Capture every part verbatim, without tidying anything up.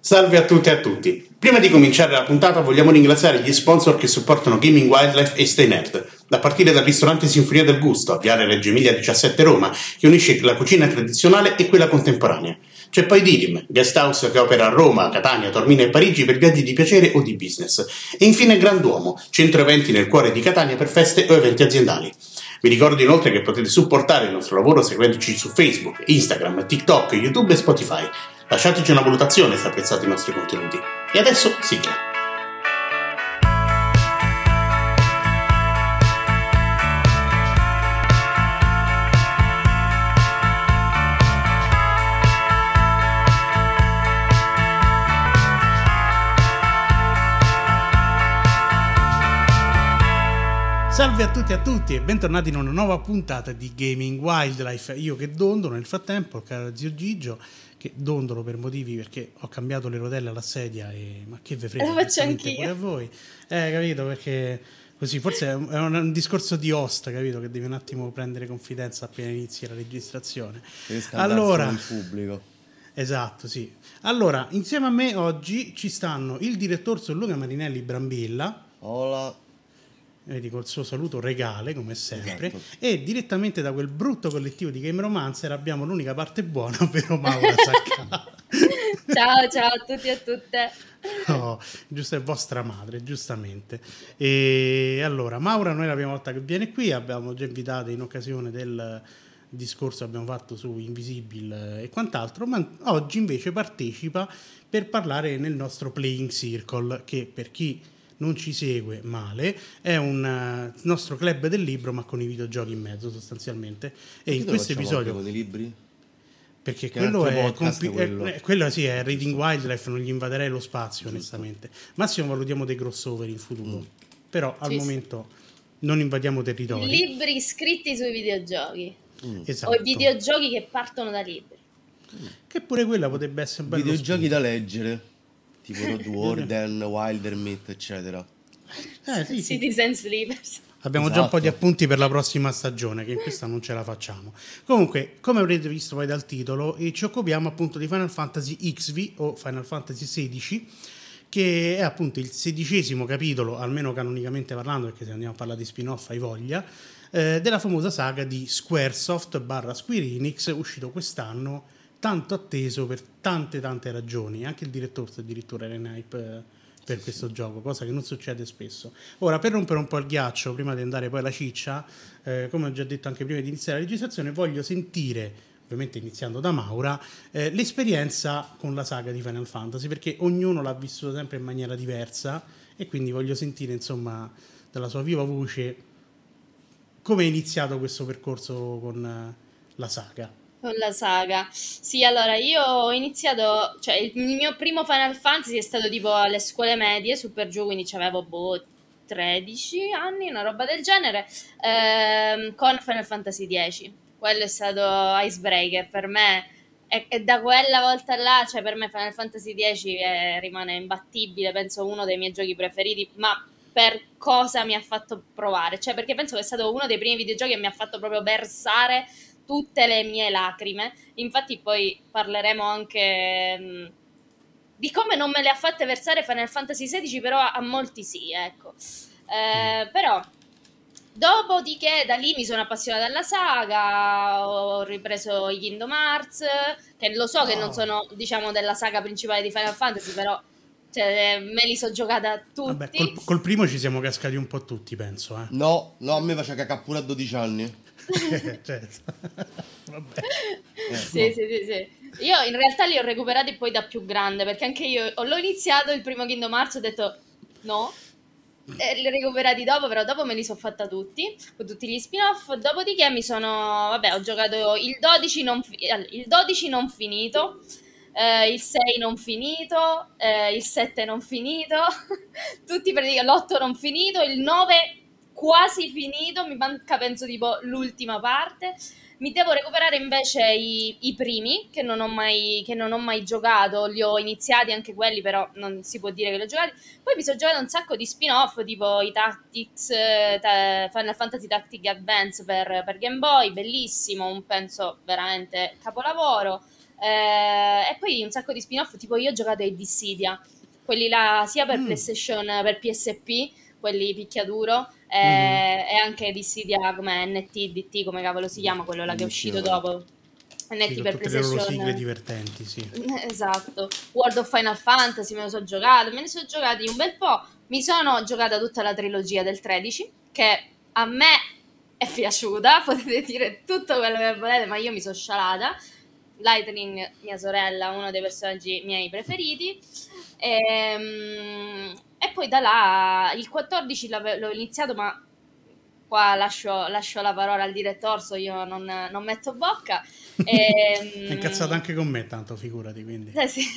Salve a tutte e a tutti. Prima di cominciare la puntata vogliamo ringraziare gli sponsor che supportano Gaming Wildlife e Stay Nerd, da partire dal ristorante Sinfonia del Gusto, a Viale Reggio Emilia diciassette Roma, che unisce la cucina tradizionale e quella contemporanea. C'è poi Didim, guest house che opera a Roma, Catania, Torino e Parigi per viaggi di piacere o di business. E infine Granduomo, centro eventi nel cuore di Catania per feste o eventi aziendali. Vi ricordo inoltre che potete supportare il nostro lavoro seguendoci su Facebook, Instagram, TikTok, YouTube e Spotify. Lasciateci una valutazione se apprezzate i nostri contenuti. E adesso sigla. Salve a tutti e a tutti e bentornati in una nuova puntata di Gaming Wildlife. Io che dondolo nel frattempo, il caro zio Gigio, che dondolo per motivi perché ho cambiato le rotelle alla sedia e ma che ve frega, lo faccio anch'io pure a voi. Eh, capito, perché così forse è un, è un discorso di host, capito, che devi un attimo prendere confidenza appena inizi la registrazione. Allora, in pubblico. Esatto, sì. Allora, insieme a me oggi ci stanno il direttore Luca Marinelli Brambilla. Hola. Vedi, col suo saluto regale come sempre, Esatto. E direttamente da quel brutto collettivo di Game Romancer abbiamo l'unica parte buona, ovvero Maura Sacca. Ciao ciao a tutti e a tutte. No, giusto, è vostra madre, giustamente. E allora Maura, noi la prima volta che viene qui abbiamo già invitato in occasione del discorso che abbiamo fatto su Invisible e quant'altro, ma oggi invece partecipa per parlare nel nostro Playing Circle, che per chi non ci segue male, è un uh, nostro club del libro ma con i videogiochi in mezzo sostanzialmente. E perché in questo episodio con i libri? perché che quello è, podcast, compi- quello. È, quello sì è Reading Wildlife, non gli invaderei lo spazio onestamente. Massimo valutiamo dei crossover in futuro, mm. però al sì, momento sì. non invadiamo territori. Libri scritti sui videogiochi mm. esatto. o i videogiochi che partono da libri, mm. che pure quella potrebbe essere un bello videogiochi spunto. da leggere tipo Road Warden, Wildermyth eccetera. Eh, sì, sì. Citizen Sleepers. Abbiamo Esatto. già un po' di appunti per la prossima stagione, che in questa non ce la facciamo. Comunque, come avrete visto poi dal titolo, eh, ci occupiamo appunto di Final Fantasy X V o Final Fantasy sedici, che è appunto il sedicesimo capitolo, almeno canonicamente parlando, perché se andiamo a parlare di spin-off hai voglia, eh, della famosa saga di Squaresoft barra Square Enix, uscito quest'anno, tanto atteso per tante tante ragioni. Anche il direttore addirittura era in hype eh, per questo gioco, cosa che non succede spesso. Ora, per rompere un po' il ghiaccio, prima di andare poi alla ciccia, eh, come ho già detto anche prima di iniziare la registrazione, voglio sentire, ovviamente iniziando da Maura, eh, l'esperienza con la saga di Final Fantasy, perché ognuno l'ha vissuto sempre in maniera diversa e quindi voglio sentire, insomma, dalla sua viva voce come è iniziato questo percorso con eh, la saga. Con la saga. Sì, allora io ho iniziato, cioè il mio primo Final Fantasy è stato tipo alle scuole medie, super giù, quindi avevo boh, tredici anni, una roba del genere, ehm, con Final Fantasy dieci. Quello è stato icebreaker per me e, e da quella volta là, cioè per me Final Fantasy dieci è, rimane imbattibile, penso uno dei miei giochi preferiti, ma per cosa mi ha fatto provare? Cioè perché penso che è stato uno dei primi videogiochi che mi ha fatto proprio versare tutte le mie lacrime. Infatti poi parleremo anche mh, di come non me le ha fatte versare Final Fantasy sedici, però a, a molti sì, ecco. Eh, mm. Però dopodiché da lì mi sono appassionata alla saga, ho ripreso i Kingdom Hearts, che lo so oh. che non sono, diciamo, della saga principale di Final Fantasy, però cioè, me li sono giocata tutti. Vabbè, col, col primo ci siamo cascati un po' tutti, penso. Eh. No, no, a me faceva cacà pure a dodici anni. certo. Vabbè. Eh, sì, no. sì, sì, sì. Io in realtà li ho recuperati poi da più grande, perché anche io l'ho iniziato il primo Kingdom Hearts, ho detto no, e li ho recuperati dopo, però dopo me li sono fatta tutti, con tutti gli spin-off. Dopodiché mi sono, vabbè, ho giocato il dodici non, fi- il dodici non finito, eh, il sei non finito, eh, il sette non finito, tutti praticamente, l'otto non finito, il nove quasi finito, mi manca penso tipo l'ultima parte. Mi devo recuperare invece i, i primi che non ho mai che non ho mai giocato, li ho iniziati anche quelli, però non si può dire che li ho giocati. Poi mi sono giocato un sacco di spin-off tipo i Tactics, eh, ta, Final Fantasy Tactic Advance per, per Game Boy, bellissimo, un penso veramente capolavoro. Eh, e poi un sacco di spin-off, tipo io ho giocato ai Dissidia, quelli là sia per Mm. PlayStation, per P S P, quelli picchiaduro, eh, Mhm. e anche Dissidia come N T, D T, come cavolo si chiama, quello là che è N T, uscito vabbè. dopo. Sì, N T con per tutte le loro sigle PlayStation. divertenti, sì. Esatto, World of Final Fantasy me lo so giocato, me ne sono giocati un bel po'. Mi sono giocata tutta la trilogia del tredici, che a me è piaciuta, potete dire tutto quello che volete, ma io mi sono scialata. Lightning, mia sorella, uno dei personaggi miei preferiti. Ehm, E, poi da là il quattordici l'ave- l'ho iniziato, ma qua lascio, lascio la parola al direttorso, io non, non metto bocca. È incazzato Ehm, anche con me, tanto figurati, quindi. eh sì.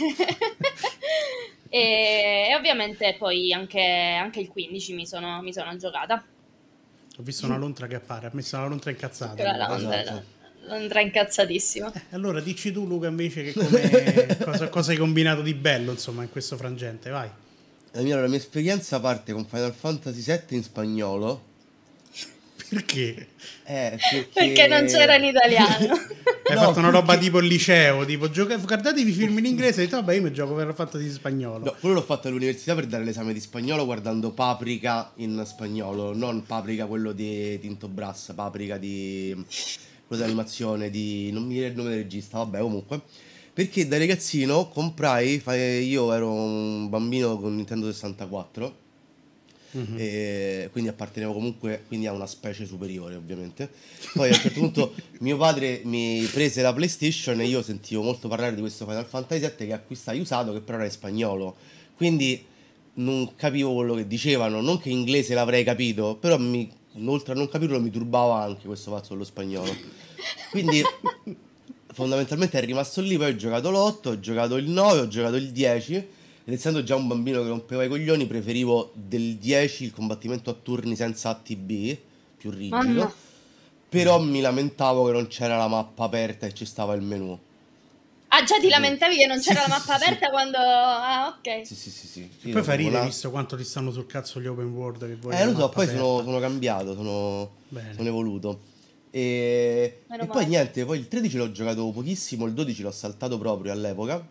e, e ovviamente poi anche, anche il quindici mi sono, mi sono giocata. Ho visto una lontra che appare, ha messo una lontra incazzata Eccola lui, la dai. Londra, la Esatto. Londra incazzatissima. Eh, allora dici tu Luca invece che come, cosa, cosa hai combinato di bello insomma in questo frangente, vai. La mia, la mia esperienza parte con Final Fantasy sette in spagnolo. Perché? Eh, Perché non c'era perché... in italiano. Hai No, fatto una roba perché... tipo il liceo, tipo gioca- guardatevi i film in inglese e hai detto vabbè io mi gioco per Fantasy in spagnolo. No, quello l'ho fatto all'università per dare l'esame di spagnolo guardando Paprika in spagnolo, non Paprika quello di Tinto Brass, Paprika di quello dell'animazione di non mi viene il nome del regista, vabbè, comunque. Perché da ragazzino comprai, fa- io ero un bambino con Nintendo sessantaquattro Mhm. e quindi appartenevo comunque quindi a una specie superiore ovviamente. Poi a un certo punto mio padre mi prese la PlayStation e io sentivo molto parlare di questo Final Fantasy sette che acquistai usato, che però era in spagnolo, quindi non capivo quello che dicevano, non che in inglese l'avrei capito, però mi, oltre a non capirlo mi turbava anche questo fatto dello spagnolo, quindi fondamentalmente è rimasto lì. Poi ho giocato l'otto, ho giocato il nove, ho giocato il dieci. Ed essendo già un bambino che rompeva i coglioni, preferivo del dieci il combattimento a turni senza A T B, più Mamma. rigido. Però mi lamentavo che non c'era la mappa aperta e ci stava il menu. Ah, già ti E quindi- lamentavi che non Sì, c'era la sì, mappa sì, sì. aperta quando... Ah, ok. Sì, sì, sì, sì. Che Io poi fa proprio ridere una... visto quanto ti stanno sul cazzo gli open world che vuoi Eh, la lo so, mappa poi sono, aperta. sono cambiato, sono, Bene. sono evoluto. E, Meno e poi male. niente, poi il tredici l'ho giocato pochissimo, il dodici l'ho saltato proprio all'epoca.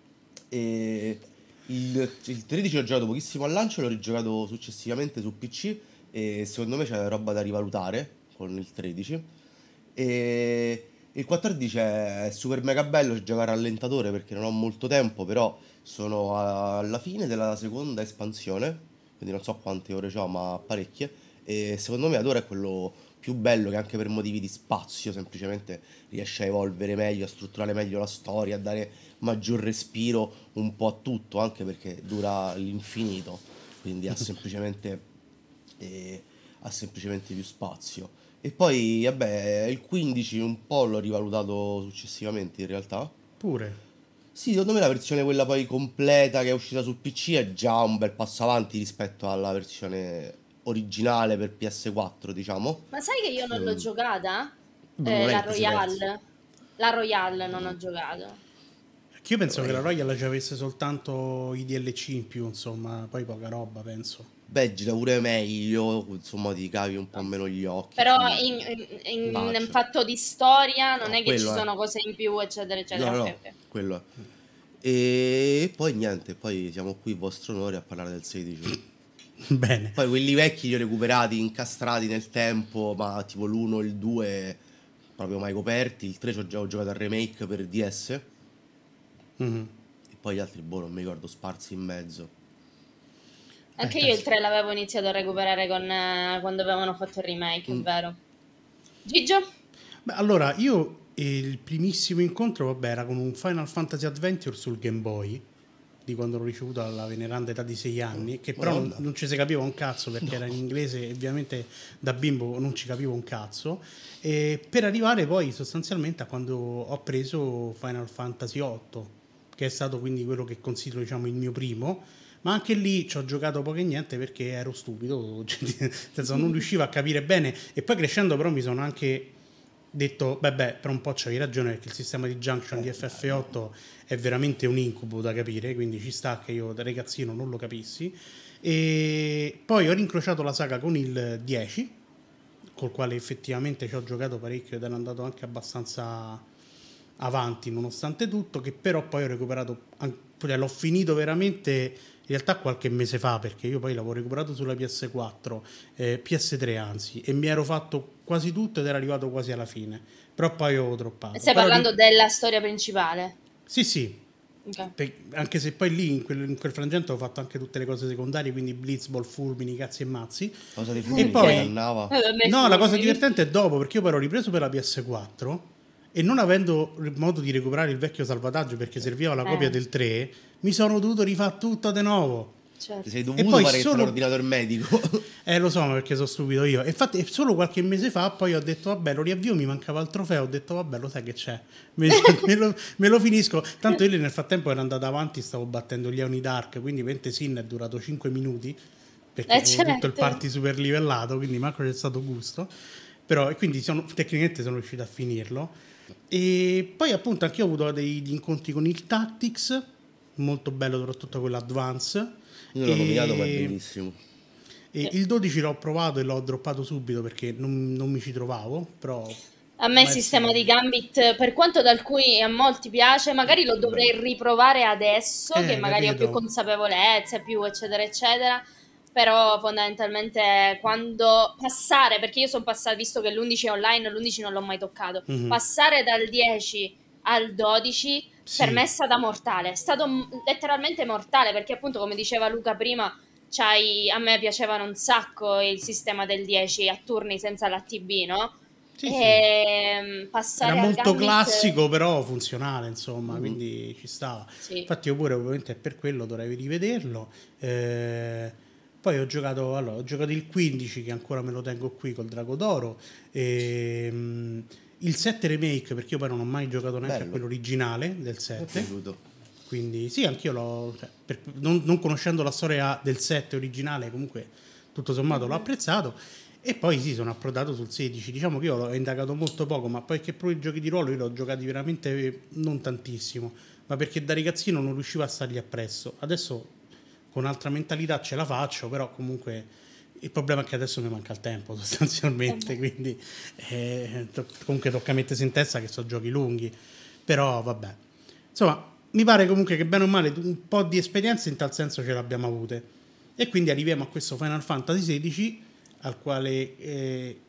E il, il tredici l'ho giocato pochissimo al lancio, l'ho rigiocato successivamente su P C e secondo me c'è roba da rivalutare con il tredici. E il quattordici è super mega bello, ci gioca a rallentatore perché non ho molto tempo, però sono alla fine della seconda espansione, quindi non so quante ore ho, ma parecchie. E secondo me ad ora è quello più bello, che anche per motivi di spazio semplicemente riesce a evolvere meglio, a strutturare meglio la storia, a dare maggior respiro un po' a tutto, anche perché dura l'infinito, quindi ha semplicemente, eh, ha semplicemente più spazio. E poi, vabbè, il quindici un po' l'ho rivalutato successivamente in realtà. Pure. Sì, secondo me la versione quella poi completa che è uscita sul P C è già un bel passo avanti rispetto alla versione originale per P S quattro, diciamo. Ma sai che io non l'ho Mm. giocata? Non Eh, è la che ti sei perso. Royale. La Royale non ho giocato. Che io penso che la Eh, Royal ci avesse soltanto i D L C in più, insomma, poi poca roba, penso. Beh, gira pure meglio, insomma ti cavi un po' meno gli occhi, Però insomma, in, in- in- in pace. fatto di storia non No, è che ci quello è. sono cose in più, eccetera, No, eccetera. no, Ok, no, ok. quello è. E poi niente, poi siamo qui, vostro onore, a parlare del sedici. Bene. Poi quelli vecchi li ho recuperati, incastrati nel tempo, ma tipo l'uno e il due proprio mai coperti. Il tre ci ho già ho giocato al remake per D S. E Mhm. poi gli altri, boh, non mi ricordo, sparsi in mezzo. Eh, Anche io dai. il tre l'avevo iniziato a recuperare con, eh, quando avevano fatto il remake, è Mm. vero. Gigio? Beh, allora, io eh, il primissimo incontro, vabbè, era con un Final Fantasy Adventure sul Game Boy, di quando l'ho ricevuto alla veneranda età di sei anni, che però non, Madonna. non ci si capiva un cazzo perché era in inglese e ovviamente da bimbo non ci capivo un cazzo. E per arrivare poi sostanzialmente a quando ho preso Final Fantasy otto, che è stato quindi quello che considero diciamo il mio primo, ma anche lì ci ho giocato poco e niente perché ero stupido, cioè, nel senso non riuscivo a capire bene e poi crescendo però mi sono anche detto, beh beh, per un po' c'avevi ragione perché il sistema di junction di F F otto è veramente un incubo da capire, quindi ci sta che io da ragazzino non lo capissi. E poi ho rincrociato la saga con il dieci, col quale effettivamente ci ho giocato parecchio ed era andato anche abbastanza avanti nonostante tutto, che però poi ho recuperato, cioè l'ho finito veramente in realtà qualche mese fa, perché io poi l'avevo recuperato sulla P S quattro, eh, P S tre anzi, e mi ero fatto quasi tutto ed ero arrivato quasi alla fine, però poi ho droppato. Stai Però parlando lì, della storia principale. sì sì, Ok. per- anche se poi lì in quel, in quel frangente ho fatto anche tutte le cose secondarie, quindi blitzball, fulmini, cazzi e mazzi. Cosa dei E fulmini ti poi, ingannava? Madonna, i no, la cosa fulmini. divertente è dopo, perché io poi l'ho ripreso per la P S quattro e non avendo r- modo di recuperare il vecchio salvataggio perché serviva la copia Eh, del tre, mi sono dovuto rifare tutto di nuovo. Ti sei certo. E dovuto poi fare che ti hanno solo... ordinato il medico. Eh, lo so, ma perché sono stupido io. E infatti, solo qualche mese fa poi ho detto, vabbè, lo riavvio, mi mancava il trofeo. Ho detto, vabbè, lo sai che c'è. Me, me lo, me lo finisco. Tanto io lì nel frattempo ero andato avanti, stavo battendo gli Oni Dark, quindi Vente Sin è durato cinque minuti, perché Eh, avevo tutto il certo. party super livellato, quindi manco c'è stato gusto. Però, e quindi sono, tecnicamente sono riuscito a finirlo. E poi appunto anche io ho avuto dei, degli incontri con il Tactics, molto bello, soprattutto quello Advance. Io non l'ho nominato, ma è E... bellissimo. E Sì. il dodici l'ho provato e l'ho droppato subito perché non, non mi ci trovavo, però A me il ma sistema di sì. Gambit, per quanto da alcuni a molti piace, magari lo Molto dovrei bello. riprovare adesso, che Eh, magari ho più capito. consapevolezza, più eccetera eccetera, però fondamentalmente quando passare, perché io sono passata, visto che l'undici è online, l'undici non l'ho mai toccato, Mhm. passare dal dieci al dodici per me è Sì, stata mortale, è stato m- letteralmente mortale, perché appunto come diceva Luca prima, c'hai, a me piacevano un sacco il sistema del dieci a turni senza l'A T B, no? sì, sì. E Era passare al molto Gambit, classico, però funzionale, insomma, Mhm. quindi ci stava. sì. Infatti io pure ovviamente per quello dovrei rivederlo. Eh, poi ho giocato, allora, ho giocato il quindici, che ancora me lo tengo qui col Drago d'Oro. E, mm, il sette Remake, perché io poi non ho mai giocato neanche a Bello. quello originale del Mi è sette. piaciuto. Quindi sì, anch'io l'ho, cioè, per- non, non conoscendo la storia del sette originale, comunque tutto sommato l'ho Mhm. apprezzato. E poi sì, sono approdato sul sedici. Diciamo che io l'ho indagato molto poco, ma poi che proprio i giochi di ruolo io l'ho giocati veramente non tantissimo, ma perché da ragazzino non riuscivo a stargli appresso. Adesso con altra mentalità ce la faccio, però comunque il problema è che adesso mi manca il tempo Eh sostanzialmente, beh. quindi eh, to- comunque tocca mettersi in testa che sono giochi lunghi, però vabbè. Insomma, mi pare comunque che bene o male un po' di esperienza in tal senso ce l'abbiamo avute. E quindi arriviamo a questo Final Fantasy sedici al quale, eh,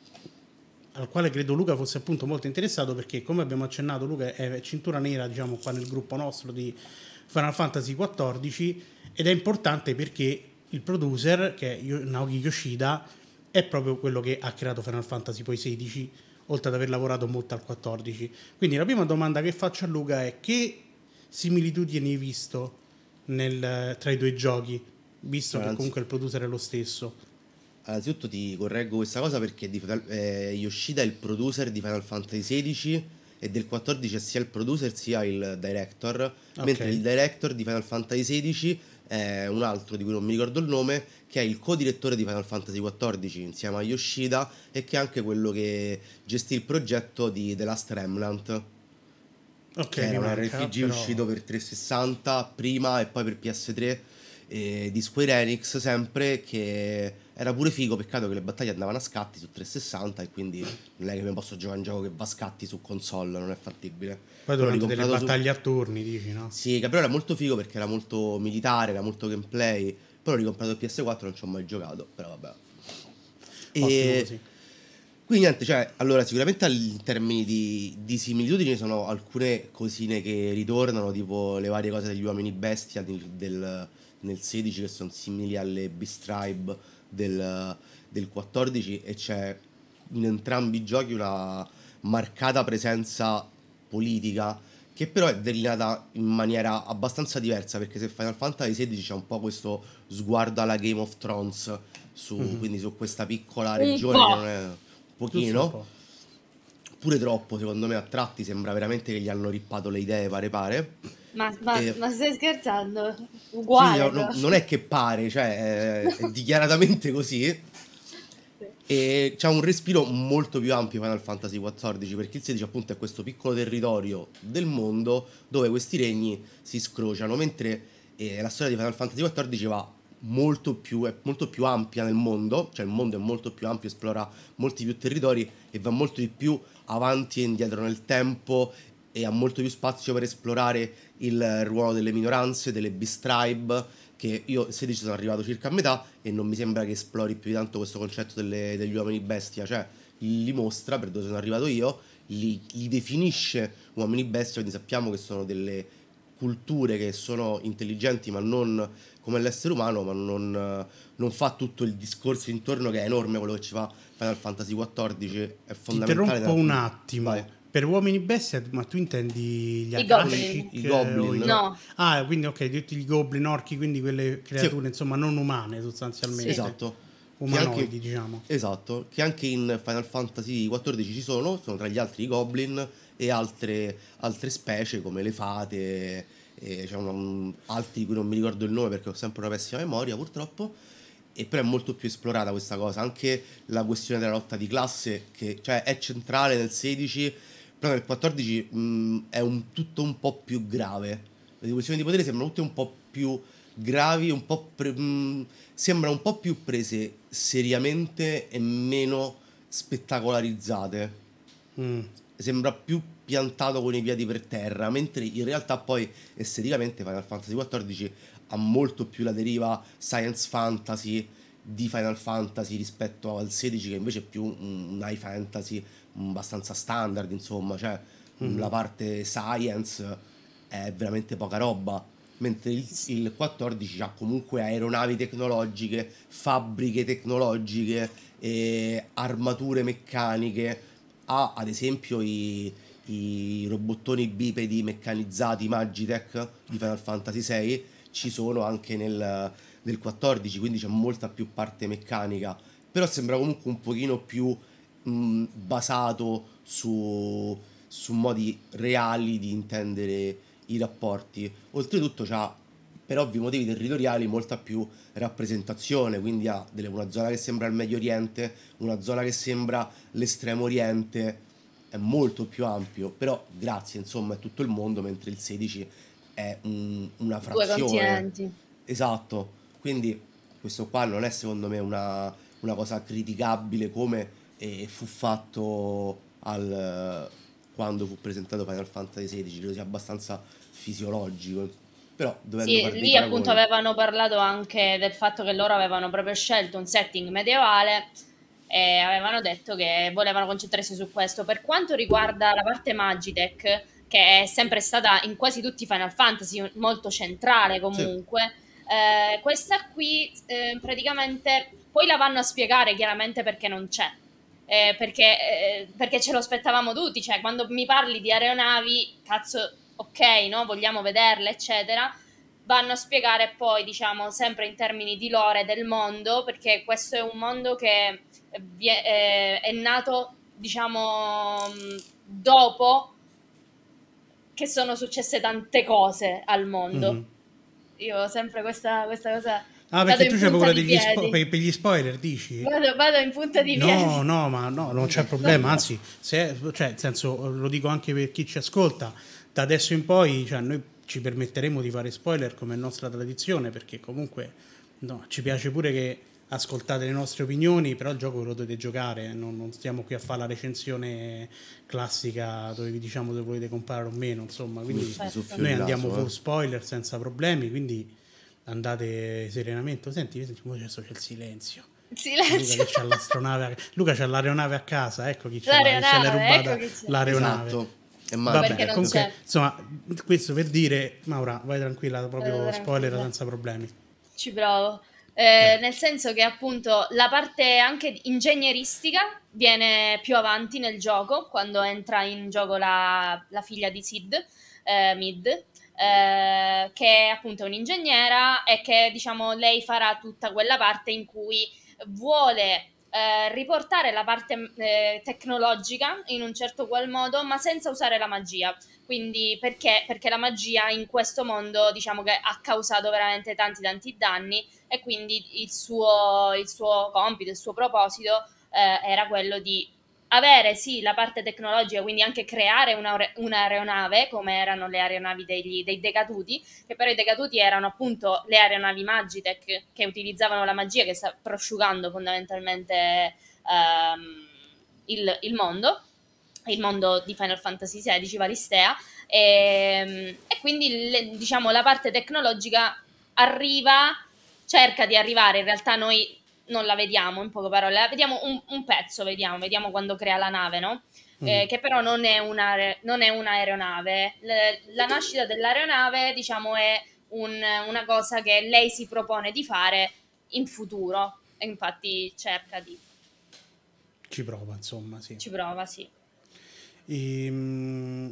al quale credo Luca fosse appunto molto interessato perché come abbiamo accennato Luca è cintura nera diciamo qua nel gruppo nostro di Final Fantasy quattordici ed è importante perché il producer che è Naoki Yoshida è proprio quello che ha creato Final Fantasy poi sedici oltre ad aver lavorato molto al quattordici. Quindi la prima domanda che faccio a Luca è che similitudini hai visto nel, tra i due giochi, visto Allora, che anzi- comunque il producer è lo stesso? Innanzitutto ti correggo questa cosa perché di Final- eh, Yoshida è il producer di Final Fantasy sedici e del quattordici è sia il producer sia il director, Ok, mentre il director di Final Fantasy sedici è un altro di cui non mi ricordo il nome, che è il co-direttore di Final Fantasy quattordici insieme a Yoshida e che è anche quello che gestì il progetto di The Last Remnant, ok, che mi era un manca, R P G però... uscito per trecentosessanta prima e poi per P S tre eh, di Square Enix sempre, che era pure figo, peccato che le battaglie andavano a scatti su trecentosessanta e quindi non è che mi posso giocare un gioco che va a scatti su console, non è fattibile. Poi Però l'ho durante delle ricomprato su... battaglie a turni, dici, no? Sì, che però era molto figo perché era molto militare, era molto gameplay, poi l'ho ricomprato il P S quattro, non ci ho mai giocato, però vabbè. Ottimo E così. quindi niente, cioè, allora sicuramente in termini di, di similitudini ci sono alcune cosine che ritornano, tipo le varie cose degli uomini bestia nel, del- nel sedici che sono simili alle Beast Tribe del, del quattordici e c'è in entrambi i giochi una marcata presenza politica che però è delineata in maniera abbastanza diversa perché se Final Fantasy sedici c'è un po' questo sguardo alla Game of Thrones su, Mhm. quindi su questa piccola Un regione che po'. non è un Giusto un pochino, po'. pure troppo secondo me a tratti sembra veramente che gli hanno rippato le idee pare pare. Ma, ma, E ma stai scherzando? sì, no- Uguale no- proprio. non è che pare, cioè è, è dichiaratamente così. E c'ha un respiro molto più ampio Final Fantasy quattordici perché il sedici appunto è questo piccolo territorio del mondo dove questi regni si scrociano, mentre eh, la storia di Final Fantasy quattordici va molto più, è molto più ampia nel mondo, cioè il mondo è molto più ampio, esplora molti più territori e va molto di più avanti e indietro nel tempo e ha molto più spazio per esplorare il ruolo delle minoranze, delle Beast Tribe, che io sedici sono arrivato circa a metà e non mi sembra che esplori più di tanto questo concetto delle- degli uomini bestia, cioè li mostra per dove sono arrivato io, li, li definisce uomini bestia, quindi sappiamo che sono delle culture che sono intelligenti ma non come l'essere umano, ma non, eh, non fa tutto il discorso intorno che è enorme, quello che ci fa Final Fantasy quattordici, è Ti fondamentale. interrompo nella- un Vai. attimo. Per uomini bestia, ma tu intendi gli I Sono i, goblin. Akashic i eh, o goblin. i go- No, Ah, quindi ok, tutti gli goblin orchi, quindi quelle Sì, creature insomma non umane sì. sostanzialmente, esatto. Che anche, umanoidi diciamo. esatto, che anche in Final Fantasy quattordici ci sono, sono tra gli altri i goblin e altre, altre specie come le fate, e c'è un- altri di cui non mi ricordo il nome perché ho sempre una pessima memoria purtroppo, e però è molto più esplorata questa cosa, anche la questione della lotta di classe che cioè, è centrale nel sedici, però nel quattordici mh, è un, tutto un po' più grave, le questioni di potere sembrano tutte un po' più gravi, un po' pre- mh, sembra un po' più prese seriamente e meno spettacolarizzate. Mm. Sembra più piantato con i piedi per terra, mentre in realtà poi esteticamente Final Fantasy quattordici ha molto più la deriva science fantasy di Final Fantasy rispetto al sedici che invece è più un, un high fantasy un abbastanza standard, insomma, cioè mh, la Mhm. parte science è veramente poca roba, mentre il, S- il quattordici ha comunque aeronavi tecnologiche, fabbriche tecnologiche e armature meccaniche, ha ad esempio i, i robottoni bipedi meccanizzati Magitech di Final Fantasy sei, ci sono anche nel, nel quattordici, quindi c'è molta più parte meccanica, però sembra comunque un pochino più mh, basato su, su modi reali di intendere i rapporti. Oltretutto c'ha, per ovvi motivi territoriali, molta più rappresentazione, quindi ha delle- una zona che sembra il Medio Oriente, una zona che sembra l'estremo oriente, è molto più ampio, però grazie insomma è tutto il mondo, mentre il sedici è un- una Due frazione. continenti. Esatto, quindi questo qua non è secondo me una, una cosa criticabile come eh, fu fatto al, quando fu presentato Final Fantasy sedici, credo sia abbastanza fisiologico, però dovendo Sì, fare dei lì appunto paragoni. avevano parlato anche del fatto che loro avevano proprio scelto un setting medievale e avevano detto che volevano concentrarsi su questo. Per quanto riguarda la parte Magitech, che è sempre stata in quasi tutti i Final Fantasy molto centrale Sì, comunque, eh, questa qui eh, praticamente poi la vanno a spiegare chiaramente perché non c'è. Eh, perché, eh, perché ce lo aspettavamo tutti, cioè quando mi parli di aeronavi, cazzo, ok, no? Vogliamo vederle, eccetera, vanno a spiegare poi, diciamo, sempre in termini di lore del mondo, perché questo è un mondo che vi- è, è nato, diciamo, mh, dopo che sono successe tante cose al mondo. Mhm. Io ho sempre questa, questa cosa, Ah, vado perché in tu c'hai punta paura di degli spo- piedi, per, per gli spoiler, dici? vado, vado in punta di No, piedi. no, ma no, non c'è problema, anzi, se, cioè, nel senso, lo dico anche per chi ci ascolta, da adesso in poi, cioè, noi ci permetteremo di fare spoiler come è nostra tradizione, perché comunque no, ci piace pure che ascoltate le nostre opinioni, però il gioco lo dovete giocare, non, non stiamo qui a fare la recensione classica dove vi diciamo se volete comprare o meno, insomma, come quindi ti Certo. soffio noi il andiamo naso, full eh. spoiler senza problemi, quindi andate serenamente. Senti, senti, mo adesso c'è il silenzio. Luca Silenzio. che c'ha l'astronave, a- Luca c'ha l'aeronave a casa, ecco chi ce l'ha, che se l'è L'aeronave, ecco rubata che c'è. l'aeronave. Esatto, è Vabbè, Perché non Magitech. comunque, c'è. insomma, questo per dire, Maura, vai tranquilla, Vado proprio spoiler tranquilla. senza problemi. Ci provo. Eh, Eh. nel senso che appunto la parte anche ingegneristica viene più avanti nel gioco, quando entra in gioco la, la figlia di Sid, eh, Mid, eh, che è appunto un'ingegnera e che diciamo lei farà tutta quella parte in cui vuole eh, riportare la parte eh, tecnologica in un certo qual modo, ma senza usare la magia. Quindi perché? Perché la magia in questo mondo diciamo che ha causato veramente tanti tanti danni e quindi il suo, il suo compito, il suo proposito eh, era quello di avere sì la parte tecnologica, quindi anche creare una, un'aeronave come erano le aeronavi degli, dei decaduti, che però i decaduti erano appunto le aeronavi Magitech che utilizzavano la magia che sta prosciugando fondamentalmente ehm, il, il mondo. il mondo di Final Fantasy sedici, Varistea, e, e quindi le, diciamo la parte tecnologica arriva, cerca di arrivare, in realtà noi non la vediamo, in poche parole, la vediamo un, un pezzo, vediamo, vediamo quando crea la nave, no? Mm. Eh, che però non è, una, non è un'aeronave. Le, la nascita dell'aeronave, diciamo, è un, una cosa che lei si propone di fare in futuro, e infatti cerca di... Ci prova, insomma, sì. ci prova, sì. E, mm,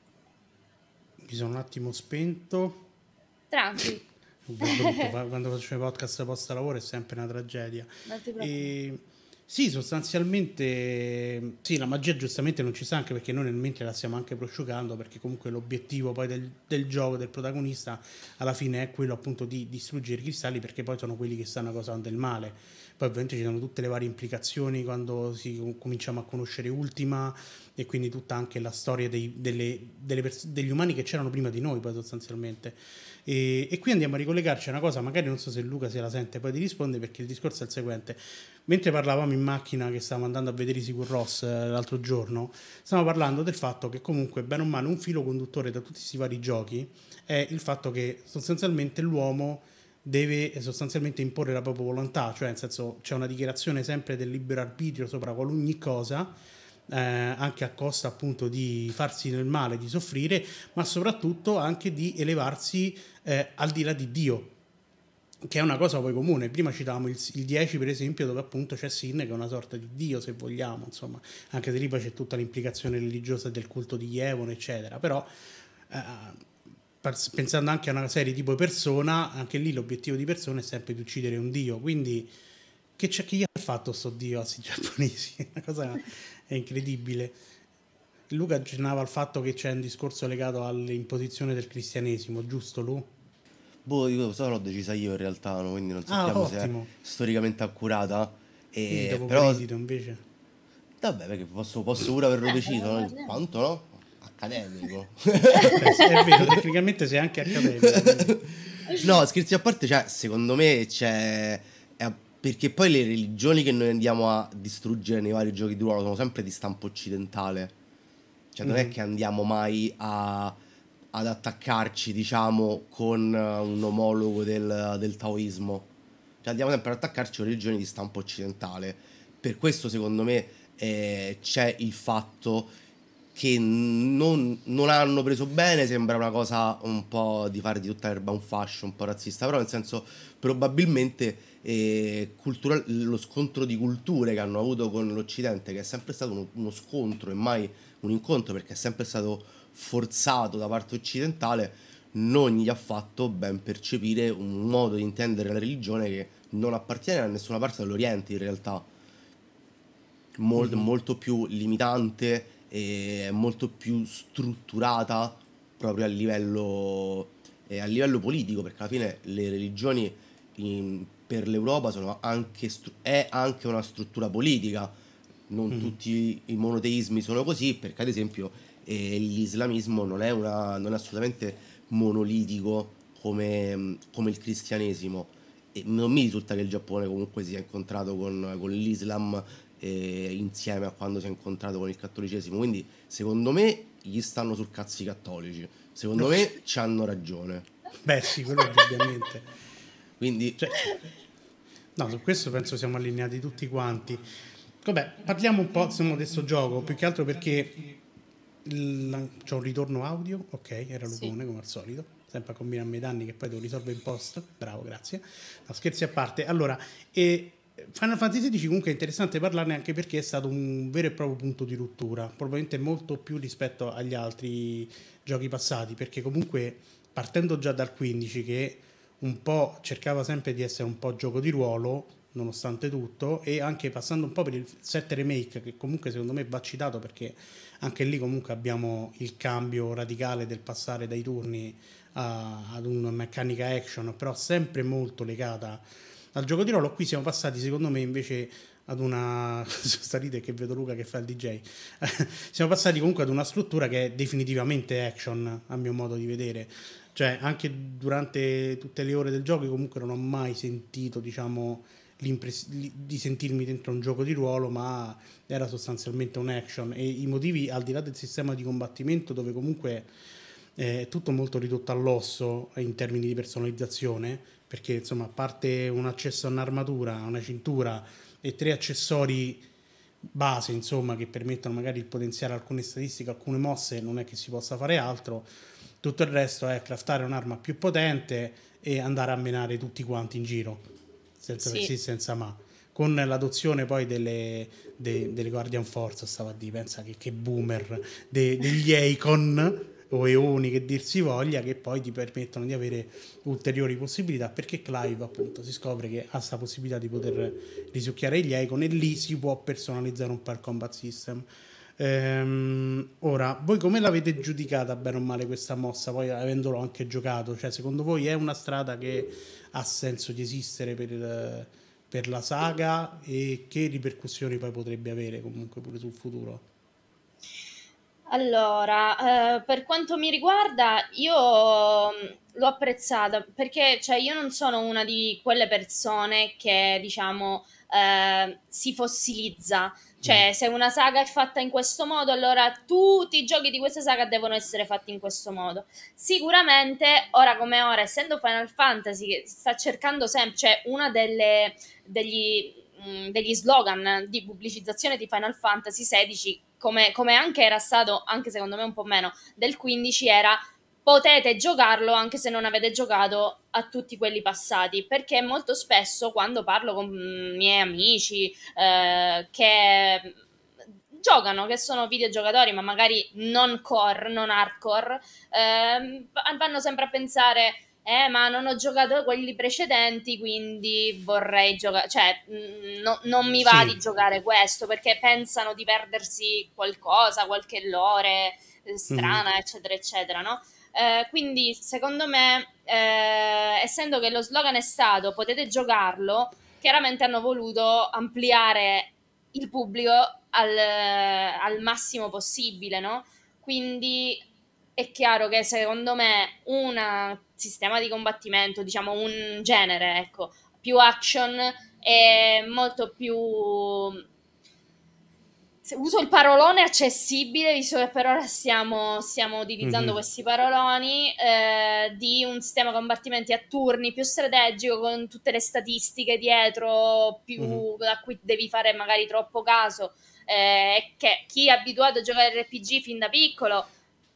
mi sono un attimo spento. Tranqui. Brutto, quando faccio i podcast post lavoro è sempre una tragedia. Non ti preoccupare. E, sì, sostanzialmente sì, la magia giustamente non ci sta, anche perché noi nel mentre la stiamo anche prosciugando, perché comunque l'obiettivo poi del, del gioco, del protagonista, alla fine è quello appunto di distruggere i cristalli, perché poi sono quelli che stanno causando il male. Poi ovviamente ci sono tutte le varie implicazioni quando si cominciamo a conoscere Ultima, e quindi tutta anche la storia dei, delle, delle pers- degli umani che c'erano prima di noi, poi sostanzialmente. E, e qui andiamo a ricollegarci a una cosa, magari non so se Luca se la sente poi ti risponde, perché il discorso è il seguente. Mentre parlavamo in macchina, che stavamo andando a vedere i Sigur Rós eh, l'altro giorno, stavamo parlando del fatto che comunque bene o male un filo conduttore da tutti questi vari giochi è il fatto che sostanzialmente l'uomo deve sostanzialmente imporre la propria volontà, cioè nel senso c'è una dichiarazione sempre del libero arbitrio sopra qualunque cosa, eh, anche a costa appunto di farsi nel male, di soffrire, ma soprattutto anche di elevarsi eh, al di là di Dio, che è una cosa poi comune. Prima citavamo il, il dieci per esempio, dove appunto c'è Sin, che è una sorta di Dio se vogliamo, insomma, anche se lì poi c'è tutta l'implicazione religiosa del culto di Yevon eccetera, però eh, pensando anche a una serie tipo Persona, anche lì l'obiettivo di Persona è sempre di uccidere un dio, quindi che c'è, chi gli ha fatto sto dio a questi giapponesi? Una cosa è incredibile. Luca accennava al fatto che c'è un discorso legato all'imposizione del cristianesimo, giusto Lu? Boh, io questo l'ho decisa io in realtà, no? Quindi non Ah, sappiamo se è ottimo. storicamente accurata. Quindi E, dopo però, Credito invece. vabbè, perché posso, posso pure averlo Eh, deciso, però no? In parliamo. quanto no? Accademico. Beh, sì, è vero, tecnicamente sei anche accademico, quindi. No, scherzi a parte, cioè, secondo me c'è... è- perché poi le religioni che noi andiamo a distruggere nei vari giochi di ruolo sono sempre di stampo occidentale. Cioè, non è Mhm. che andiamo mai a- ad attaccarci, diciamo, con eh, un omologo del, del taoismo. Cioè, andiamo sempre ad attaccarci con religioni di stampo occidentale. Per questo, secondo me, eh, c'è il fatto che non, non hanno preso bene. Sembra una cosa un po' di fare di tutta l'erba un fascio, un po' razzista, però nel senso, probabilmente eh, cultura- lo scontro di culture che hanno avuto con l'Occidente, che è sempre stato uno, uno scontro e mai un incontro, perché è sempre stato forzato da parte occidentale, non gli ha fatto ben percepire un modo di intendere la religione che non appartiene a nessuna parte dell'Oriente in realtà, molto, Mhm. molto più limitante e molto più strutturata proprio a livello, eh, a livello politico, perché alla fine le religioni in- per l'Europa sono anche, stru- è anche una struttura politica. Non Mhm. tutti i monoteismi sono così, perché ad esempio eh, l'islamismo non è, una, non è assolutamente monolitico come, come il cristianesimo. E non mi risulta che il Giappone comunque si sia incontrato con, con l'Islam eh, insieme a quando si è incontrato con il cattolicesimo. Quindi, secondo me, gli stanno sul cazzo i cattolici. Secondo Ok. me, ci hanno ragione. Beh, sì, quello indubbiamente. Quindi, Cioè, no, su questo penso siamo allineati tutti quanti. Vabbè, parliamo un po' insomma, di questo gioco, più che altro perché il- c'è un ritorno audio, ok, era Sì. Lupone come al solito, sempre a combinarmi i danni che poi devo risolvere in post, bravo, grazie. No, scherzi a parte. Allora, e Final Fantasy sedici comunque è interessante parlarne anche perché è stato un vero e proprio punto di rottura, probabilmente molto più rispetto agli altri giochi passati, perché comunque partendo già dal quindici che un po' cercava sempre di essere un po' gioco di ruolo nonostante tutto, e anche passando un po' per il sette remake, che comunque secondo me va citato perché anche lì comunque abbiamo il cambio radicale del passare dai turni a, ad una meccanica action, però sempre molto legata al gioco di ruolo. Qui siamo passati secondo me invece ad una sta ride che vedo Luca che fa il D J siamo passati comunque ad una struttura che è definitivamente action a mio modo di vedere, cioè anche durante tutte le ore del gioco io comunque non ho mai sentito diciamo l'impress- li- di sentirmi dentro un gioco di ruolo, ma era sostanzialmente un action. E i motivi, al di là del sistema di combattimento, dove comunque eh, è tutto molto ridotto all'osso in termini di personalizzazione, perché insomma, a parte un accesso a un'armatura, una cintura e tre accessori base, insomma, che permettono magari di potenziare alcune statistiche, alcune mosse, non è che si possa fare altro. Tutto il resto è craftare un'arma più potente e andare a menare tutti quanti in giro, senza se sì, Sì. senza ma. Con l'adozione poi delle, de- delle Guardian Force, stava a dire, pensa che, che boomer, de- degli Eikon o Eoni che dir si voglia, che poi ti permettono di avere ulteriori possibilità, perché Clive appunto si scopre che ha questa possibilità di poter risucchiare gli Eikon e lì si può personalizzare un po' il combat system. Ehm, ora, voi come l'avete giudicata bene o male questa mossa, poi avendolo anche giocato? Cioè, secondo voi è una strada che ha senso di esistere per, il- per la saga, e che ripercussioni poi potrebbe avere comunque pure sul futuro? Allora, eh, per quanto mi riguarda, io mh, l'ho apprezzata perché, cioè, io non sono una di quelle persone che, diciamo, eh, si fossilizza. Mm. Cioè, se una saga è fatta in questo modo, allora tutti i giochi di questa saga devono essere fatti in questo modo. Sicuramente, ora come ora, essendo Final Fantasy che sta cercando sempre, cioè, una delle degli, mh, degli slogan di pubblicizzazione di Final Fantasy sedici, come, come anche era stato, anche secondo me un po' meno, del quindici, era potete giocarlo anche se non avete giocato a tutti quelli passati, perché molto spesso quando parlo con mm, miei amici eh, che giocano, che sono videogiocatori ma magari non core, non hardcore, ehm, vanno sempre a pensare eh, ma non ho giocato a quelli precedenti, quindi vorrei giocare, cioè, mh, no- non mi va di Sì. giocare questo perché pensano di perdersi qualcosa, qualche lore eh, Mhm. strana, eccetera, eccetera, no? Eh, quindi, secondo me, eh, essendo che lo slogan è stato potete giocarlo, chiaramente hanno voluto ampliare il pubblico al, al massimo possibile, no? Quindi è chiaro che secondo me un sistema di combattimento, diciamo un genere, ecco, più action è molto più, se uso il parolone, accessibile, visto che per ora stiamo, stiamo utilizzando Mhm. questi paroloni, eh, di un sistema di combattimenti a turni più strategico, con tutte le statistiche dietro, più, Mhm. a cui devi fare magari troppo caso, eh, che chi è abituato a giocare R P G fin da piccolo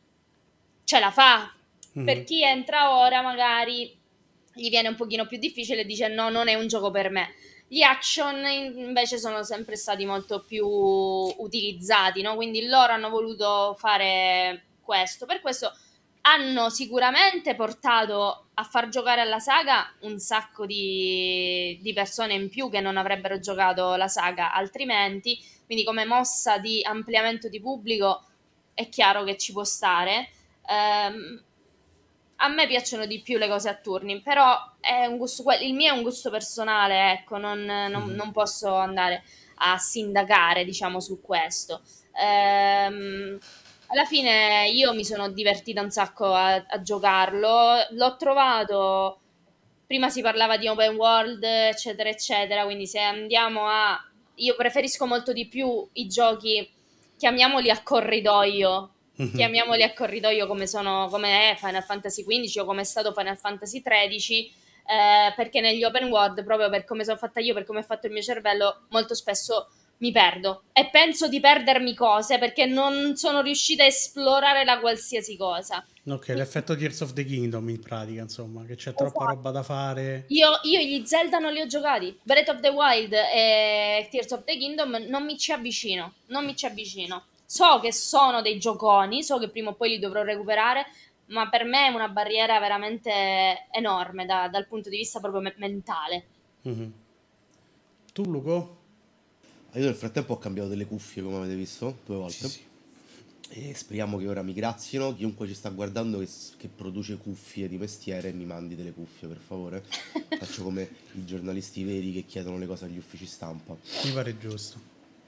ce la fa. Per Mhm. chi entra ora magari gli viene un pochino più difficile e dice no, non è un gioco per me. Gli action invece sono sempre stati molto più utilizzati, no? Quindi loro hanno voluto fare questo. Per questo hanno sicuramente portato a far giocare alla saga un sacco di, di persone in più che non avrebbero giocato la saga altrimenti. Quindi come mossa di ampliamento di pubblico è chiaro che ci può stare. Ehm, a me piacciono di più le cose a turni, però è un gusto, que- il mio è un gusto personale, ecco, non, non- Mhm. non posso andare a sindacare, diciamo, su questo. Ehm, alla fine io mi sono divertita un sacco a, a giocarlo, l'ho trovato, prima si parlava di open world, eccetera, eccetera, quindi se andiamo a... Io preferisco molto di più i giochi, chiamiamoli a corridoio, Mhm. chiamiamoli a corridoio come sono, come è Final Fantasy quindici o come è stato Final Fantasy tredici, eh, perché negli open world, proprio per come sono fatta io, per come è fatto il mio cervello, molto spesso mi perdo e penso di perdermi cose perché non sono riuscita a esplorare la qualsiasi cosa. Ok, Quindi, l'effetto Tears of the Kingdom in pratica, insomma, che c'è troppa esatto. roba da fare. Io, io gli Zelda non li ho giocati. Breath of the Wild e Tears of the Kingdom non mi ci avvicino. Non mi ci avvicino. So che sono dei gioconi, so che prima o poi li dovrò recuperare, ma per me è una barriera veramente enorme da- dal punto di vista proprio me- mentale. Mhm. Tu, Luco? Io nel frattempo ho cambiato delle cuffie, come avete visto, due Sì, volte. sì. E speriamo che ora mi grazino. Chiunque ci sta guardando che, che produce cuffie di mestiere mi mandi delle cuffie, per favore. Faccio come i giornalisti veri che chiedono le cose agli uffici stampa. Mi pare giusto.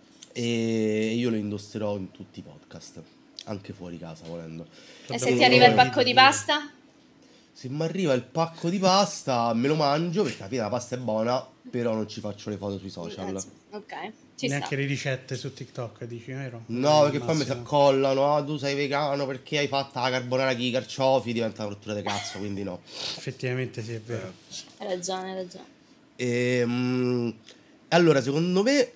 E io le indosserò in tutti i podcast, anche fuori casa volendo. E L'abbiamo se ti arriva il E pacco suggerito di pure. pasta? se mi arriva il pacco di pasta me lo mangio perché alla fine la pasta è buona, però non ci faccio le foto sui social. Ok, ci Neanche sta. le ricette su TikTok, dici, vero? No, perché Al poi mi si massimo. accollano, ah, tu sei vegano perché hai fatto la carbonara con i carciofi, diventa una rottura di cazzo, quindi no. Effettivamente sì, è vero. Hai ragione, hai ragione. Ehm, allora, secondo me,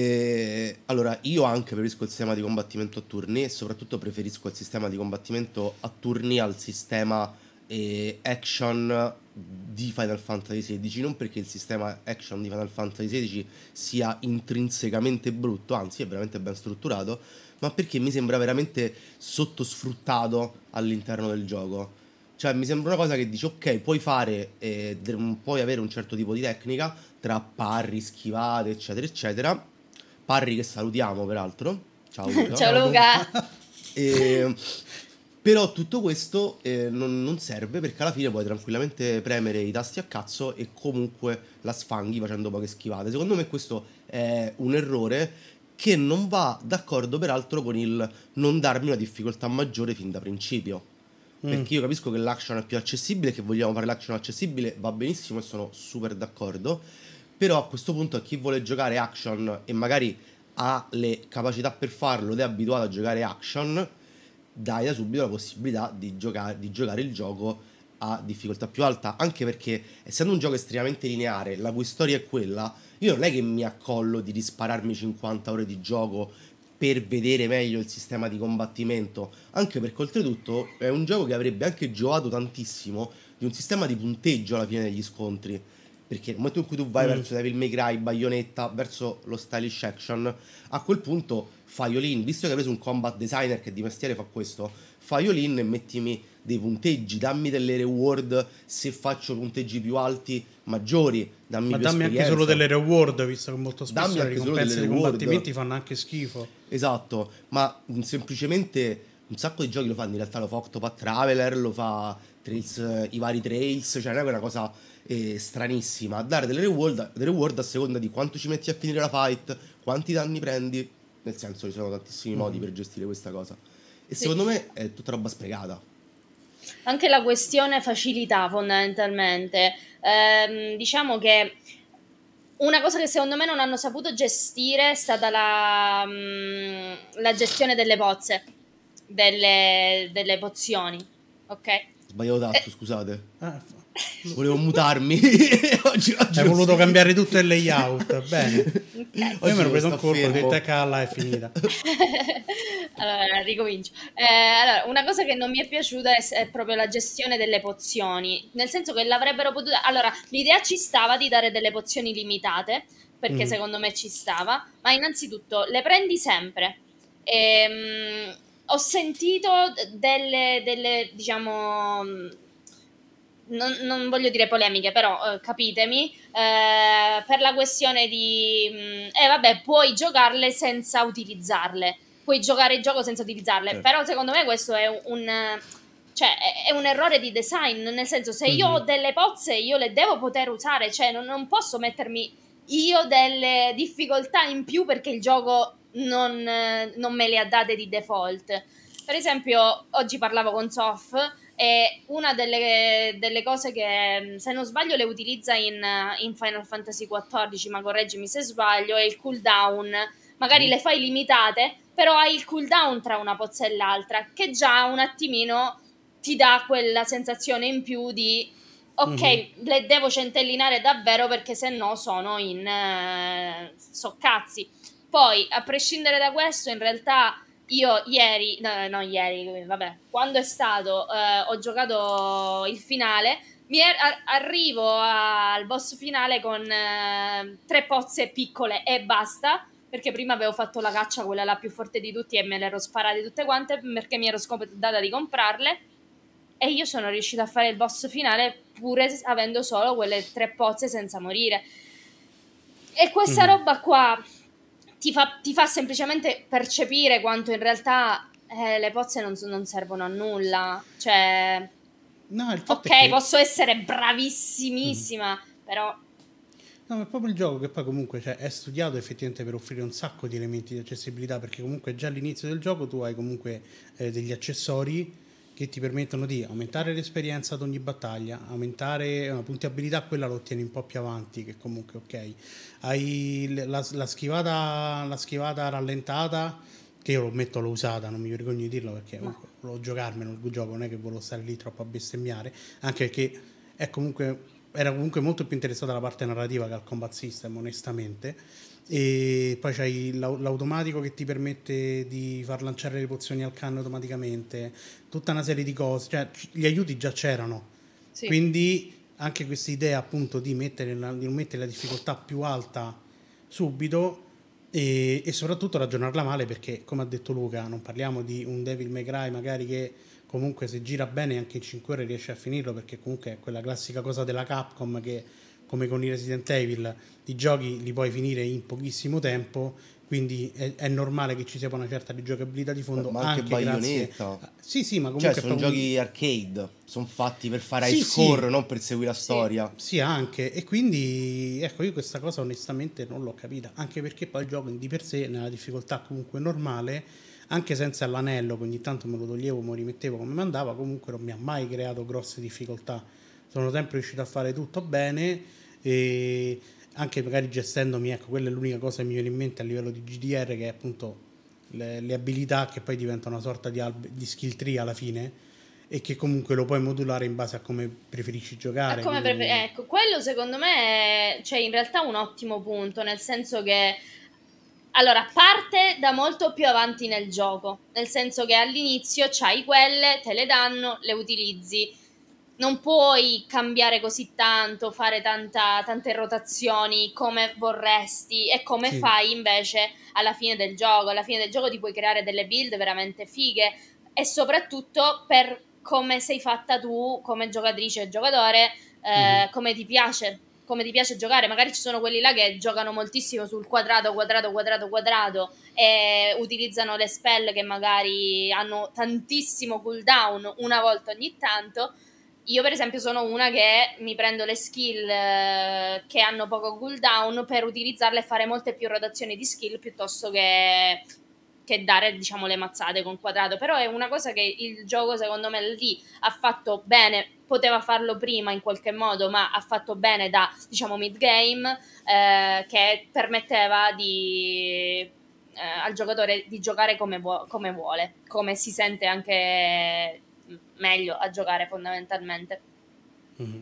eh, allora, io anche preferisco il sistema di combattimento a turni e soprattutto preferisco il sistema di combattimento a turni al sistema eh, action di Final Fantasy sedici, non perché il sistema action di Final Fantasy sedici sia intrinsecamente brutto, anzi è veramente ben strutturato, ma perché mi sembra veramente sottosfruttato all'interno del gioco. Cioè, mi sembra una cosa che dici, ok, puoi fare, eh, de- un- puoi avere un certo tipo di tecnica tra parry, schivate, eccetera, eccetera. Parry che salutiamo, peraltro. Ciao Luca. Ciao Ciao Luca. Luca. E- Però tutto questo eh, non, non serve perché alla fine puoi tranquillamente premere i tasti a cazzo e comunque la sfanghi facendo poche schivate. Secondo me questo è un errore che non va d'accordo peraltro con il non darmi una difficoltà maggiore fin da principio. Mm. Perché io capisco che l'action è più accessibile, che vogliamo fare l'action accessibile, va benissimo e sono super d'accordo. Però a questo punto a chi vuole giocare action e magari ha le capacità per farlo ed è abituato a giocare action, dai da subito la possibilità di giocare, di giocare il gioco a difficoltà più alta. Anche perché, essendo un gioco estremamente lineare, la cui storia è quella, io non è che mi accollo di rispararmi cinquanta ore di gioco per vedere meglio il sistema di combattimento, anche perché oltretutto è un gioco che avrebbe anche giovato tantissimo di un sistema di punteggio alla fine degli scontri, perché nel momento in cui tu vai Mm. verso Devil May Cry, Bayonetta, verso lo stylish action, a quel punto fai all-in, visto che hai preso un combat designer che di mestiere fa questo, fai all-in e mettimi dei punteggi, dammi delle reward se faccio punteggi più alti, maggiori, dammi Ma più dammi anche esperienza. solo delle reward, visto che molto spesso Dammi le anche solo ricompense delle dei reward. combattimenti fanno anche schifo. Esatto, ma mh, semplicemente un sacco di giochi lo fanno, in realtà lo fa Octopath Traveler, lo fa Trails, eh, i vari Trails, cioè non è una cosa eh, stranissima, dare delle reward, delle reward a seconda di quanto ci metti a finire la fight, quanti danni prendi, nel senso ci sono tantissimi modi per gestire questa cosa. E Sì. secondo me è tutta roba sprecata. Anche la questione facilità, fondamentalmente. Ehm, diciamo che una cosa che secondo me non hanno saputo gestire è stata la, mm, la gestione delle pozze, delle, delle pozioni, ok? Sbagliato tasto, Eh, scusate. Ah, f- Volevo mutarmi. oggi, oggi hai non voluto si- cambiare tutto il layout, bene. ok. Poi mi ero Oggi preso un sto colpo, ho fermo. detto ecco là, è finita. Allora, ricomincio. Eh, allora, una cosa che non mi è piaciuta è, è proprio la gestione delle pozioni, nel senso che l'avrebbero potuto... Allora, l'idea ci stava di dare delle pozioni limitate, perché Mm. secondo me ci stava, ma innanzitutto le prendi sempre. Ehm, ho sentito delle, delle diciamo... Non, non voglio dire polemiche, però eh, capitemi, eh, per la questione di, mh, eh vabbè, puoi giocarle senza utilizzarle, puoi giocare il gioco senza utilizzarle, Certo. però secondo me questo è un, eh, cioè, è- è un errore di design, nel senso se io ho Mhm. delle pozze io le devo poter usare, cioè non, non posso mettermi io delle difficoltà in più perché il gioco non, eh, non me le ha date di default. Per esempio, oggi parlavo con Sof e una delle, delle cose che, se non sbaglio, le utilizza in, in Final Fantasy quattordici, ma correggimi se sbaglio, è il cooldown. Magari Mm. le fai limitate, però hai il cooldown tra una pozza e l'altra, che già un attimino ti dà quella sensazione in più di ok, Mhm. le devo centellinare davvero perché se no sono in eh, soccazzi. Poi, a prescindere da questo, in realtà io ieri, no, no ieri, vabbè, quando è stato, eh, ho giocato il finale, mi er- a- arrivo al boss finale con eh, tre pozze piccole e basta, perché prima avevo fatto la caccia, quella la più forte di tutti, e me le ero sparate tutte quante perché mi ero scomodata di comprarle. E io sono riuscita a fare il boss finale pure avendo solo quelle tre pozze senza morire. E questa Mhm. roba qua ti fa, ti fa semplicemente percepire quanto in realtà eh, le pozze non, non servono a nulla. Cioè, No, il fatto è ok, che posso essere Mhm. bravissimissima, però no, ma è proprio il gioco che poi comunque cioè, è studiato effettivamente per offrire un sacco di elementi di accessibilità, perché comunque già all'inizio del gioco tu hai comunque eh, degli accessori che ti permettono di aumentare l'esperienza ad ogni battaglia, aumentare una puntabilità, quella lo ottieni un po' più avanti, che comunque ok. Hai la, la schivata, la schivata rallentata, che io lo metto l'ho usata, non mi vergogno di dirlo perché No. comunque volevo giocarmelo il gioco, non è che volevo stare lì troppo a bestemmiare, anche perché è comunque, era comunque molto più interessata alla parte narrativa che al combat system, onestamente. E poi c'hai l'au- l'automatico che ti permette di far lanciare le pozioni al canno automaticamente, tutta una serie di cose, cioè c- gli aiuti già c'erano, Sì. quindi anche questa idea appunto di mettere la, di mettere la difficoltà più alta subito e, e soprattutto ragionarla male, perché come ha detto Luca non parliamo di un Devil May Cry magari che comunque se gira bene anche in cinque ore riesce a finirlo, perché comunque è quella classica cosa della Capcom che come con i Resident Evil i giochi li puoi finire in pochissimo tempo, quindi è, è normale che ci sia una certa rigiocabilità di fondo, Ma anche anche grazie Bayonetta. a- sì sì, ma Cioè, comunque è sono proprio un- giochi arcade, sono fatti per fare high sì score, sì non per seguire la Sì. storia. sì, anche, e quindi ecco, io questa cosa onestamente non l'ho capita, anche perché poi il gioco di per sé, nella difficoltà comunque normale, anche senza l'anello, che ogni tanto me lo toglievo, me lo rimettevo come mandava, comunque non mi ha mai creato grosse difficoltà. Sono sempre riuscito a fare tutto bene e anche magari gestendomi, ecco, quella è l'unica cosa che mi viene in mente a livello di G D R, che è appunto le, le abilità che poi diventano una sorta di, alb- di skill tree alla fine e che comunque lo puoi modulare in base a come preferisci È giocare, come quindi prefer- non- ecco, quello secondo me è, cioè in realtà un ottimo punto, nel senso che allora parte da molto più avanti nel gioco, nel senso che all'inizio c'hai quelle, te le danno, le utilizzi. Non puoi cambiare così tanto, fare tanta, tante rotazioni come vorresti e come sì. fai invece alla fine del gioco. Alla fine del gioco ti puoi creare delle build veramente fighe e soprattutto per come sei fatta tu come giocatrice e giocatore, Mhm. eh, come ti piace, come ti piace giocare. Magari ci sono quelli là che giocano moltissimo sul quadrato, quadrato, quadrato, quadrato e utilizzano le spell che magari hanno tantissimo cooldown una volta ogni tanto. Io per esempio sono una che mi prendo le skill eh, che hanno poco cooldown per utilizzarle e fare molte più rotazioni di skill piuttosto che, che dare, diciamo, le mazzate con quadrato. Però è una cosa che il gioco secondo me lì ha fatto bene, poteva farlo prima in qualche modo, ma ha fatto bene da, diciamo, mid game, eh, che permetteva di, eh, al giocatore di giocare come, vuo- come vuole, come si sente anche meglio a giocare fondamentalmente. Mhm.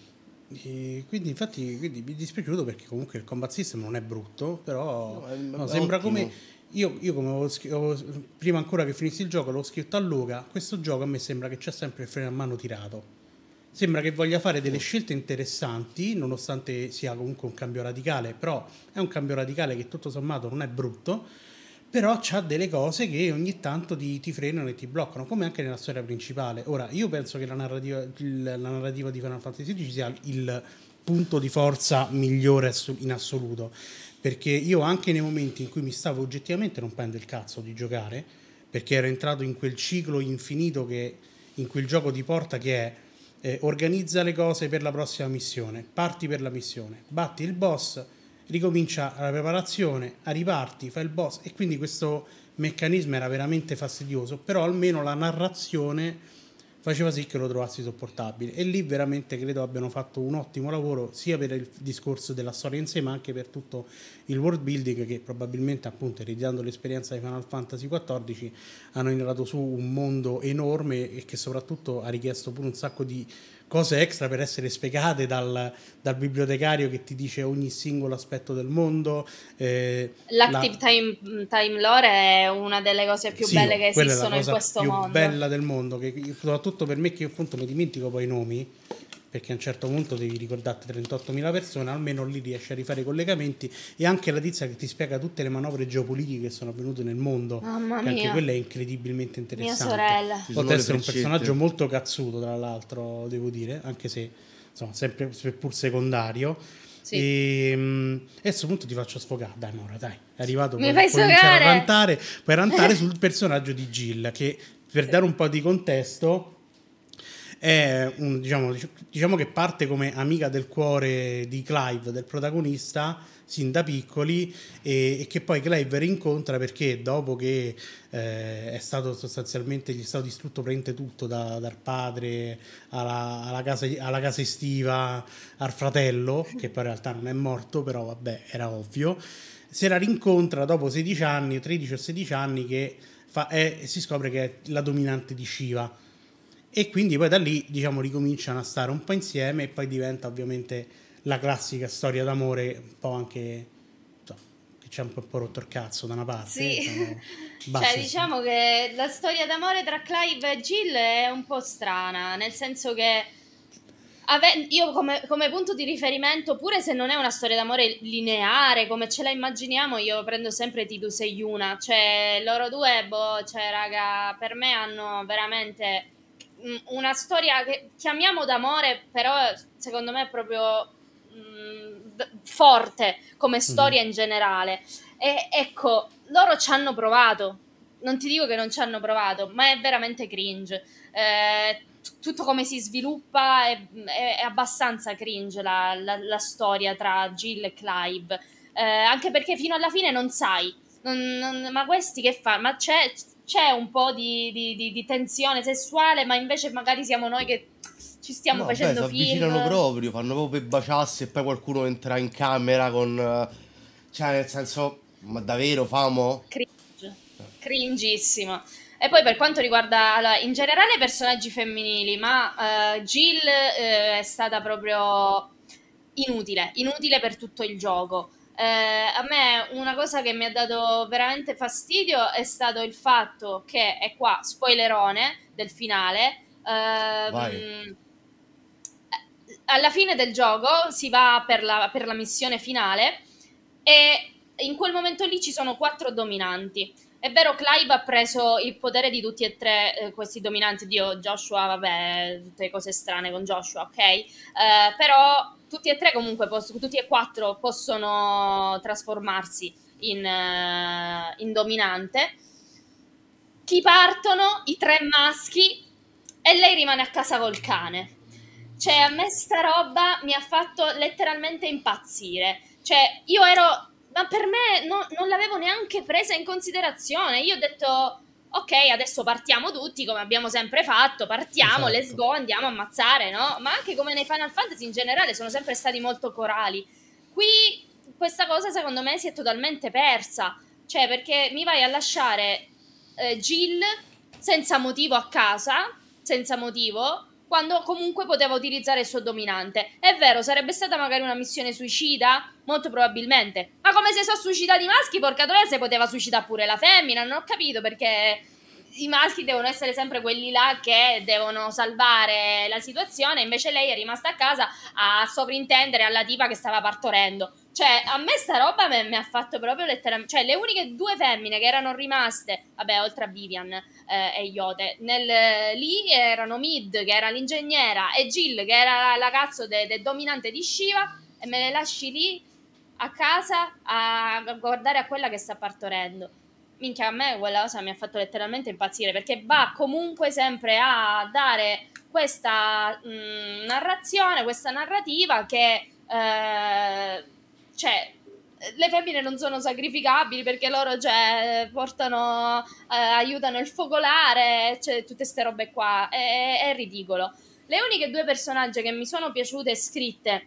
E quindi infatti quindi mi è dispiaciuto perché comunque il combat system non è brutto, però No, è, no, è sembra come ottimo. io, io come avevo scri- avevo- prima ancora che finissi il gioco l'ho scritto a Luca, questo gioco a me sembra che c'è sempre il freno a mano tirato, sembra che voglia fare delle Mm. scelte interessanti nonostante sia comunque un cambio radicale, però è un cambio radicale che tutto sommato non è brutto, però c'ha delle cose che ogni tanto ti, ti frenano e ti bloccano, come anche nella storia principale. Ora, io penso che la narrativa, il- la narrativa di Final Fantasy sedici sia il punto di forza migliore assu- in assoluto, perché io anche nei momenti in cui mi stavo oggettivamente rompendo il cazzo di giocare, perché ero entrato in quel ciclo infinito che in cui il gioco ti porta, che è eh, organizza le cose per la prossima missione, parti per la missione, batti il boss, ricomincia la preparazione, riparti, fai il boss, e quindi questo meccanismo era veramente fastidioso, però almeno la narrazione faceva sì che lo trovassi sopportabile, e lì veramente credo abbiano fatto un ottimo lavoro sia per il discorso della storia in sé ma anche per tutto il world building, che probabilmente appunto ereditando l'esperienza di Final Fantasy quattordici hanno innovato su un mondo enorme e che soprattutto ha richiesto pure un sacco di cose extra per essere spiegate dal, dal bibliotecario che ti dice ogni singolo aspetto del mondo. eh, L'active la, time, time lore è una delle cose più sì, belle che quella è la esistono in cosa questo più mondo. bella del mondo, che soprattutto per me che io appunto mi dimentico poi i nomi, perché a un certo punto devi ricordarti trentottomila persone, almeno lì riesci a rifare i collegamenti, e anche la tizia che ti spiega tutte le manovre geopolitiche che sono avvenute nel mondo, Mamma che anche mia, quella è incredibilmente mia interessante. sorella. Ci Oltre sono ad le essere un personaggio freccette. molto cazzuto, tra l'altro, devo dire, anche se insomma sempre seppur secondario. Sì. E, mm, e a questo punto ti faccio sfogare, dai Mora, dai, è arrivato, Mi puoi, fai puoi cominciare a sfogare? rantare, puoi rantare sul personaggio di Jill, che per Sì. dare un po' di contesto è un, diciamo, diciamo che parte come amica del cuore di Clive, del protagonista, sin da piccoli, e, e che poi Clive rincontra perché dopo che eh, è stato sostanzialmente, gli è stato distrutto praticamente tutto, da, dal padre alla, alla, casa, alla casa estiva, al fratello, che poi in realtà non è morto, però vabbè, era ovvio. Se la rincontra dopo sedici anni, tredici o sedici anni, che fa, è, si scopre che è la dominante di Shiva, e quindi poi da lì, diciamo, ricominciano a stare un po' insieme, e poi diventa ovviamente la classica storia d'amore, un po' anche, so, che c'è un po', un po' rotto il cazzo da una parte, Sì, sono cioè basse. diciamo che la storia d'amore tra Clive e Jill è un po' strana, nel senso che ave- io come, come punto di riferimento, pure se non è una storia d'amore lineare come ce la immaginiamo, io prendo sempre Tidus e Yuna, cioè loro due, boh, cioè raga, per me hanno veramente mm, una storia che chiamiamo d'amore, però secondo me è proprio mm, d- forte come Mhm. storia in generale. E ecco, loro ci hanno provato. Non ti dico che non ci hanno provato, ma è veramente cringe. Eh, t- tutto come si sviluppa è, è- è abbastanza cringe la, la- la storia tra Jill e Clive. Eh, anche perché fino alla fine non sai. Non- non- ma questi che fanno? Ma c'è, c'è un po' di, di- di- di tensione sessuale, ma invece magari siamo noi che ci stiamo No, beh, si facendo avvicinano film. proprio, fanno proprio per baciarsi e poi qualcuno entra in camera con... eh, Cioè, nel senso, ma davvero, famo? Cringe, cringissimo. E poi per quanto riguarda allora, in generale i personaggi femminili, ma eh, Jill eh, è stata proprio inutile, inutile per tutto il gioco. Eh, a me una cosa che mi ha dato veramente fastidio è stato il fatto che, e qua spoilerone del finale, Vai. ehm, alla fine del gioco si va per la, per la missione finale e in quel momento lì ci sono quattro dominanti. È vero, Clive ha preso il potere di tutti e tre eh, questi dominanti. Dio, Joshua, vabbè, tutte cose strane con Joshua, ok? Eh, però tutti e tre comunque, poss- tutti e quattro possono trasformarsi in, eh, in dominante. Chi partono? I tre maschi e lei rimane a casa col cane. Cioè, a me sta roba mi ha fatto letteralmente impazzire. Cioè, io ero... Ma per me no- non l'avevo neanche presa in considerazione. Io ho detto, ok, adesso partiamo tutti come abbiamo sempre fatto, partiamo, let's Esatto. go, andiamo a ammazzare, no? Ma anche come nei Final Fantasy in generale sono sempre stati molto corali. Qui questa cosa secondo me si è totalmente persa. Cioè, perché mi vai a lasciare eh, Jill senza motivo a casa, senza motivo, quando comunque poteva utilizzare il suo dominante. È vero, sarebbe stata magari una missione suicida? Molto probabilmente. Ma come se sono suicidati i maschi, porca troia, se poteva suicidare pure la femmina, non ho capito perché i maschi devono essere sempre quelli là che devono salvare la situazione, invece lei è rimasta a casa a sovrintendere alla tipa che stava partorendo. Cioè, a me sta roba mi, mi ha fatto proprio letteralmente... Cioè, le uniche due femmine che erano rimaste, vabbè, oltre a Vivian eh, e Yote, nel, lì erano Mid, che era l'ingegnera, e Jill, che era la cazzo del de dominante di Shiva, e me le lasci lì a casa a guardare a quella che sta partorendo. Minchia, a me quella cosa mi ha fatto letteralmente impazzire, perché va comunque sempre a dare questa mh, narrazione, questa narrativa che eh, cioè le femmine non sono sacrificabili perché loro cioè, portano eh, aiutano il focolare, cioè, tutte queste robe qua è, è ridicolo. Le uniche due personaggi che mi sono piaciute scritte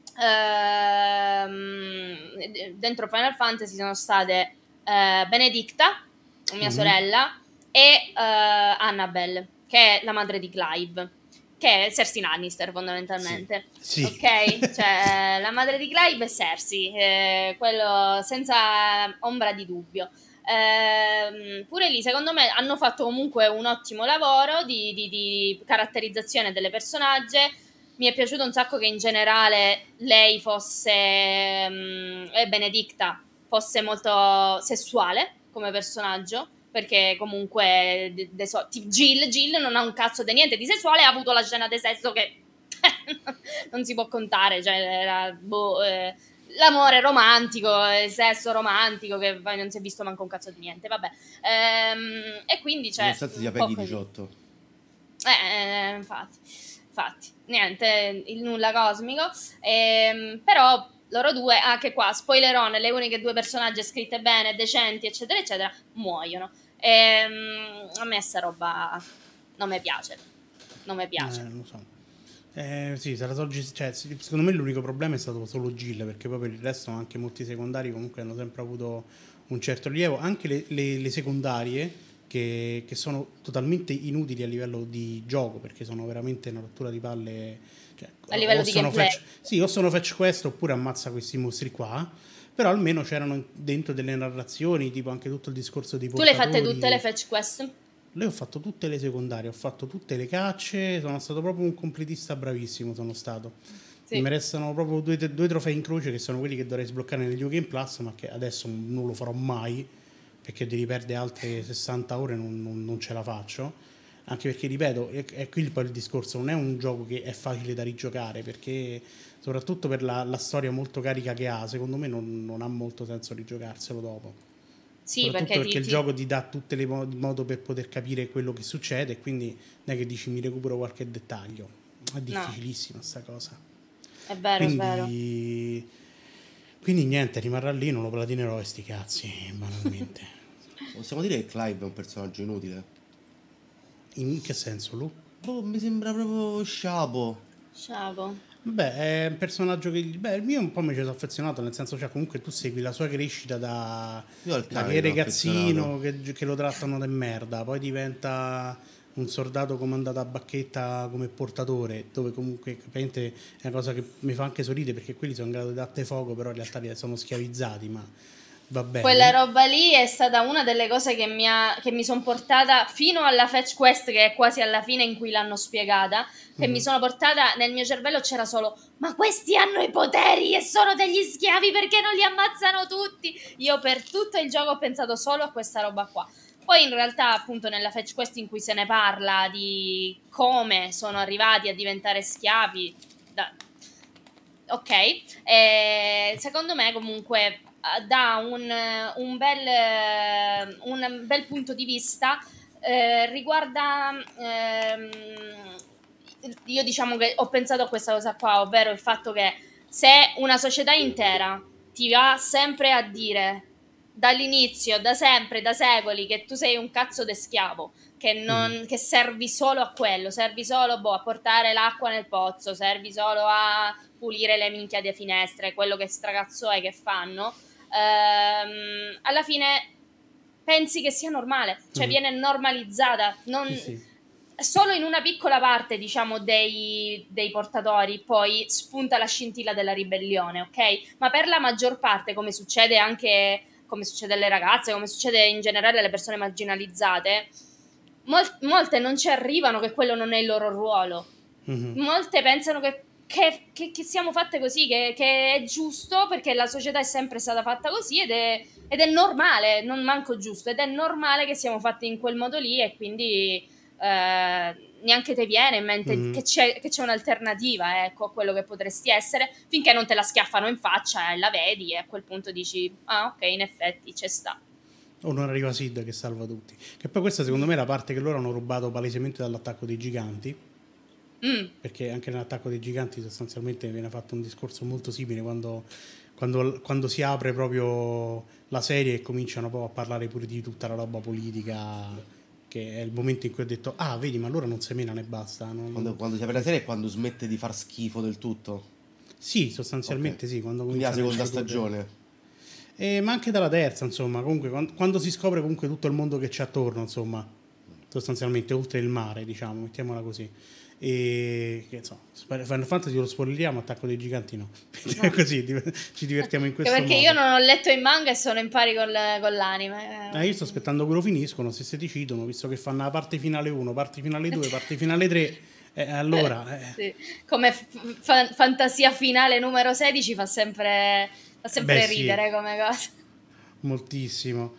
ehm, dentro Final Fantasy sono state eh, Benedicta, mia Mhm. sorella, e eh, Annabelle, che è la madre di Clive, che è Cersei Lannister Sì. fondamentalmente. Sì. Ok, cioè la madre di Clive è Cersei, eh, quello senza ombra di dubbio. Ehm, pure lì, secondo me, hanno fatto comunque un ottimo lavoro di, di- di caratterizzazione delle personagge. Mi è piaciuto un sacco che in generale lei fosse, mh, e Benedicta fosse molto sessuale come personaggio, perché comunque de- de so- ti- Jill, Jill non ha un cazzo di niente di sessuale, ha avuto la scena di sesso che non si può contare, cioè era boh, eh, l'amore romantico, il sesso romantico che poi non si è visto manco un cazzo di niente, vabbè. Ehm, e quindi c'è Nonostante sia un po' Peggy così. diciotto. Eh, infatti, infatti, niente, il nulla cosmico. Ehm, però loro due, anche qua, spoilerone, le uniche due personaggi scritte bene, decenti, eccetera, eccetera, muoiono. Ehm, a me sta roba non mi piace, non mi piace. Eh, lo so. Eh, sì, sarà solo G- cioè, sì, secondo me l'unico problema è stato solo Jill, perché poi per il resto anche molti secondari comunque hanno sempre avuto un certo rilievo, anche le, le- le secondarie che, che sono totalmente inutili a livello di gioco, perché sono veramente una rottura di palle, cioè, A livello o di sono gameplay. fetch, sì, o sono fetch quest oppure ammazza questi mostri qua, però almeno c'erano dentro delle narrazioni, tipo anche tutto il discorso dei Tu le hai fatte tutte le portatori. fetch quest? Lei ho fatto tutte le secondarie, ho fatto tutte le cacce, sono stato proprio un completista bravissimo, sono stato. Mi Sì. restano proprio due, due trofei in croce che sono quelli che dovrei sbloccare nel New Game Plus, ma che adesso non lo farò mai, perché devi perdere altre sessanta ore, non, non- non ce la faccio. Anche perché, ripeto, è, è qui poi il discorso, non è un gioco che è facile da rigiocare, perché soprattutto per la, la storia molto carica che ha, secondo me non, non ha molto senso rigiocarselo dopo. Sì, Soprattutto perché perché ti, il ti- gioco ti dà tutte le mo- modo per poter capire quello che succede, e quindi non è che dici mi recupero qualche dettaglio. È no, difficilissima sta cosa. è vero, è vero. Quindi, quindi niente, rimarrà lì, non lo platinerò e sti cazzi, banalmente. Possiamo dire che Clive è un personaggio inutile? In che senso, Lu? Boh, mi sembra proprio sciapo. Ciao. Beh, è un personaggio che... Beh, il mio un po' mi ci sono affezionato, nel senso, cioè, comunque tu segui la sua crescita da, Io al da cane che è mi sono affezionato. ragazzino, che, che lo trattano di merda, poi diventa un soldato comandato a bacchetta come portatore, dove comunque praticamente è una cosa che mi fa anche sorridere, perché quelli sono in grado di dare fuoco, però in realtà sono schiavizzati, ma va Quella bene. roba lì è stata una delle cose che mi, ha, che mi sono portata fino alla fetch quest, che è quasi alla fine in cui l'hanno spiegata, che mi Mhm. sono portata nel mio cervello c'era solo ma questi hanno i poteri e sono degli schiavi, perché non li ammazzano tutti? Io per tutto il gioco ho pensato solo a questa roba qua. Poi in realtà appunto nella fetch quest in cui se ne parla di come sono arrivati a diventare schiavi, da, ok, eh, secondo me comunque eh, dà un, un, bel, eh, un bel punto di vista, eh, riguarda ehm, io diciamo che ho pensato a questa cosa qua, ovvero il fatto che se una società intera ti va sempre a dire dall'inizio, da sempre, da secoli, che tu sei un cazzo de schiavo, che, Mhm. non, che servi solo a quello, servi solo boh, a portare l'acqua nel pozzo, servi solo a pulire le minchia di finestre, quello che stracazzo è che fanno, ehm, alla fine pensi che sia normale, cioè Mhm. viene normalizzata, non, Sì, sì. solo in una piccola parte, diciamo, dei, dei portatori poi spunta la scintilla della ribellione, ok? Ma per la maggior parte, come succede anche, come succede alle ragazze, come succede in generale alle persone marginalizzate, mol- molte non ci arrivano che quello non è il loro ruolo. Mhm. Molte pensano che, che, che, che siamo fatte così, che, che è giusto perché la società è sempre stata fatta così ed è, ed è normale, non manco giusto, ed è normale che siamo fatti in quel modo lì e quindi eh, neanche ti viene in mente che Mhm. c'è, che c'è un'alternativa, ecco, a quello che potresti essere, finché non te la schiaffano in faccia e la vedi e a quel punto dici, ah ok, in effetti c'è sta. O non arriva Sid che salva tutti. Che poi questa secondo me è la parte che loro hanno rubato palesemente dall'attacco dei giganti, Mm. perché anche nell'attacco dei giganti sostanzialmente viene fatto un discorso molto simile quando, quando, quando si apre proprio la serie e cominciano proprio a parlare pure di tutta la roba politica, che è il momento in cui ho detto ah vedi ma allora non seminano e basta. Quando, Non... quando si apre la serie è quando smette di far schifo del tutto. Sì, Ok. sostanzialmente sì, quando Quindi la cominciano a seconda introdurre... stagione. Eh, ma anche dalla terza, insomma, comunque quando, quando si scopre comunque tutto il mondo che c'è attorno, insomma, sostanzialmente oltre il mare, diciamo, mettiamola così. E che so, Final Fantasy lo spoileriamo, Attacco dei Giganti no. No. Così ci divertiamo in Anche questo perché io modo. non ho letto il manga e sono in pari con, con l'anime. Eh, io sto aspettando che lo finiscono, se si decidono, visto che fanno la parte finale uno, parte finale due, parte finale tre, eh, allora... Eh, Sì. Come f- fa- fantasia finale numero sedici fa sempre, fa beh sempre sì, ridere come cosa. moltissimo.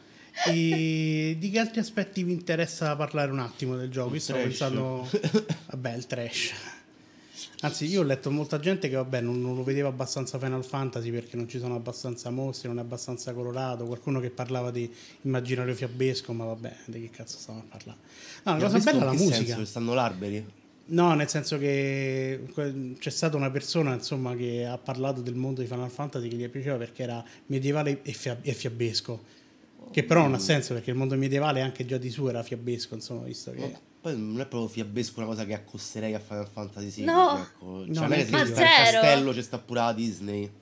E di che altri aspetti vi interessa parlare un attimo del gioco? Io Il stavo trash. pensando, vabbè, il trash. Anzi, io ho letto molta gente che vabbè non, non lo vedeva abbastanza Final Fantasy perché non ci sono abbastanza mostri, non è abbastanza colorato, qualcuno che parlava di immaginario fiabesco, ma vabbè, di che cazzo stavo a parlare? No, la cosa Fiabesco bella è in la che musica. senso? Che stanno l'alberi? No, nel senso che que- c'è stata una persona, insomma, che ha parlato del mondo di Final Fantasy che gli piaceva perché era medievale e, fia- e fiabesco. Che però non ha Mm. senso perché il mondo medievale anche già di su era fiabesco, insomma, visto Ma che... poi non è proprio fiabesco una cosa che accosterei a Final Fantasy sedici, No. ecco. No, Cioè, non è che neanche se io. ci Ma sta il zero. castello, ci sta pure la Disney.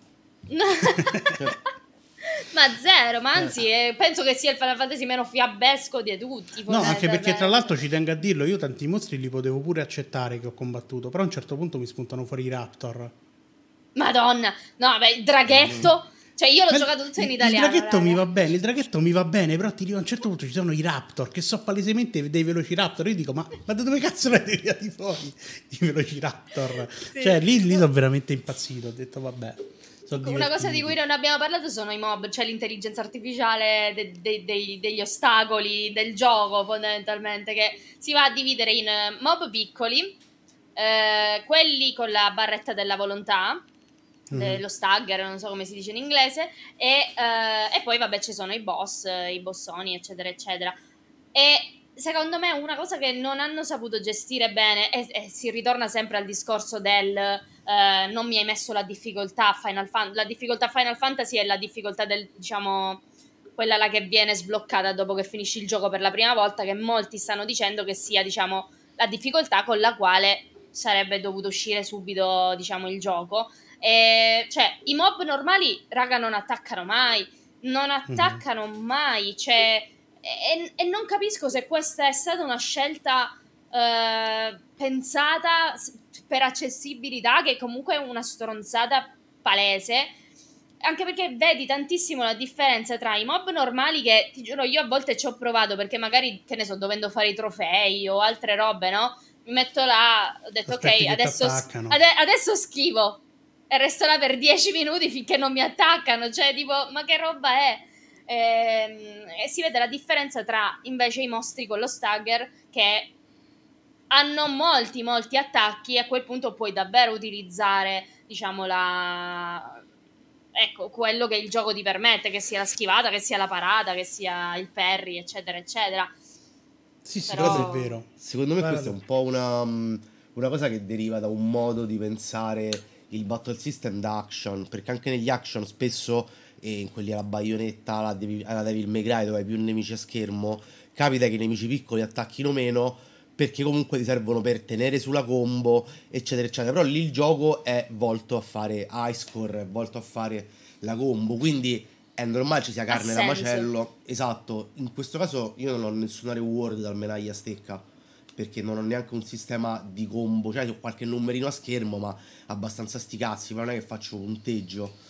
Cioè, Ma zero, ma Eh. anzi, eh, penso che sia il Final Fantasy meno fiabesco di tutti, No, anche perché tra fondamentalmente. l'altro ci tengo a dirlo, io tanti mostri li potevo pure accettare che ho combattuto, però a un certo punto mi spuntano fuori i Raptor. Madonna, no, beh, il draghetto. Cioè, io l'ho Ma giocato tutto in il, il italiano. draghetto raga. mi va bene, il draghetto mi va bene, però ti dico a un certo punto ci sono i Raptor, che so palesemente dei Velociraptor, io dico ma, ma da dove cazzo l'hai tirati fuori i Velociraptor? Sì. Cioè lì, lì sono veramente impazzito, ho detto vabbè. Sono Una cosa di divertiti. cui non abbiamo parlato sono i mob, cioè l'intelligenza artificiale de- de- dei- degli ostacoli del gioco, fondamentalmente, che si va a dividere in eh, mob piccoli, eh, quelli con la barretta della volontà, de- Mhm. lo stagger, non so come si dice in inglese, e, eh, e poi vabbè ci sono i boss, eh, i bossoni, eccetera, eccetera. E secondo me una cosa che non hanno saputo gestire bene, e, e si ritorna sempre al discorso del eh, non mi hai messo la difficoltà Final Fan- la difficoltà Final Fantasy è la difficoltà del, diciamo, quella là che viene sbloccata dopo che finisci il gioco per la prima volta, che molti stanno dicendo che sia, diciamo, la difficoltà con la quale sarebbe dovuto uscire subito, diciamo, il gioco. E, cioè, i mob normali, raga, non attaccano mai, non attaccano mai, cioè, e, e non capisco se questa è stata una scelta eh, pensata s- per accessibilità, che comunque è una stronzata palese, anche perché vedi tantissimo la differenza tra i mob normali, che ti giuro io a volte ci ho provato perché magari, che ne so, dovendo fare i trofei o altre robe, no? Mi metto là, ho detto Aspetti ok, che adesso, t'attaccano. ade- adesso schivo e resto là per dieci minuti finché non mi attaccano, cioè tipo, ma che roba è? Ehm, E, si vede la differenza tra invece i mostri con lo stagger, che hanno molti molti attacchi, e a quel punto puoi davvero utilizzare, diciamo, la ecco, quello che il gioco ti permette, che sia la schivata, che sia la parata, che sia il parry, eccetera, eccetera. Sì, sì, però questo è se- Però vero. secondo me questa è Guarda, un po' una, mm, una cosa che deriva da un modo di pensare il battle system da action, perché anche negli action spesso, e in quelli alla baionetta, alla Devil, alla Devil May Cry, dove hai più nemici a schermo, capita che i nemici piccoli attacchino meno, perché comunque ti servono per tenere sulla combo, eccetera, eccetera. Però lì il gioco è volto a fare high score, è volto a fare la combo, quindi è normale ci sia ha carne da senso. macello. Esatto, in questo caso io non ho nessuna reward dal menaglia stecca, perché non ho neanche un sistema di combo, cioè ho qualche numerino a schermo, ma abbastanza sti cazzi, ma non è che faccio punteggio.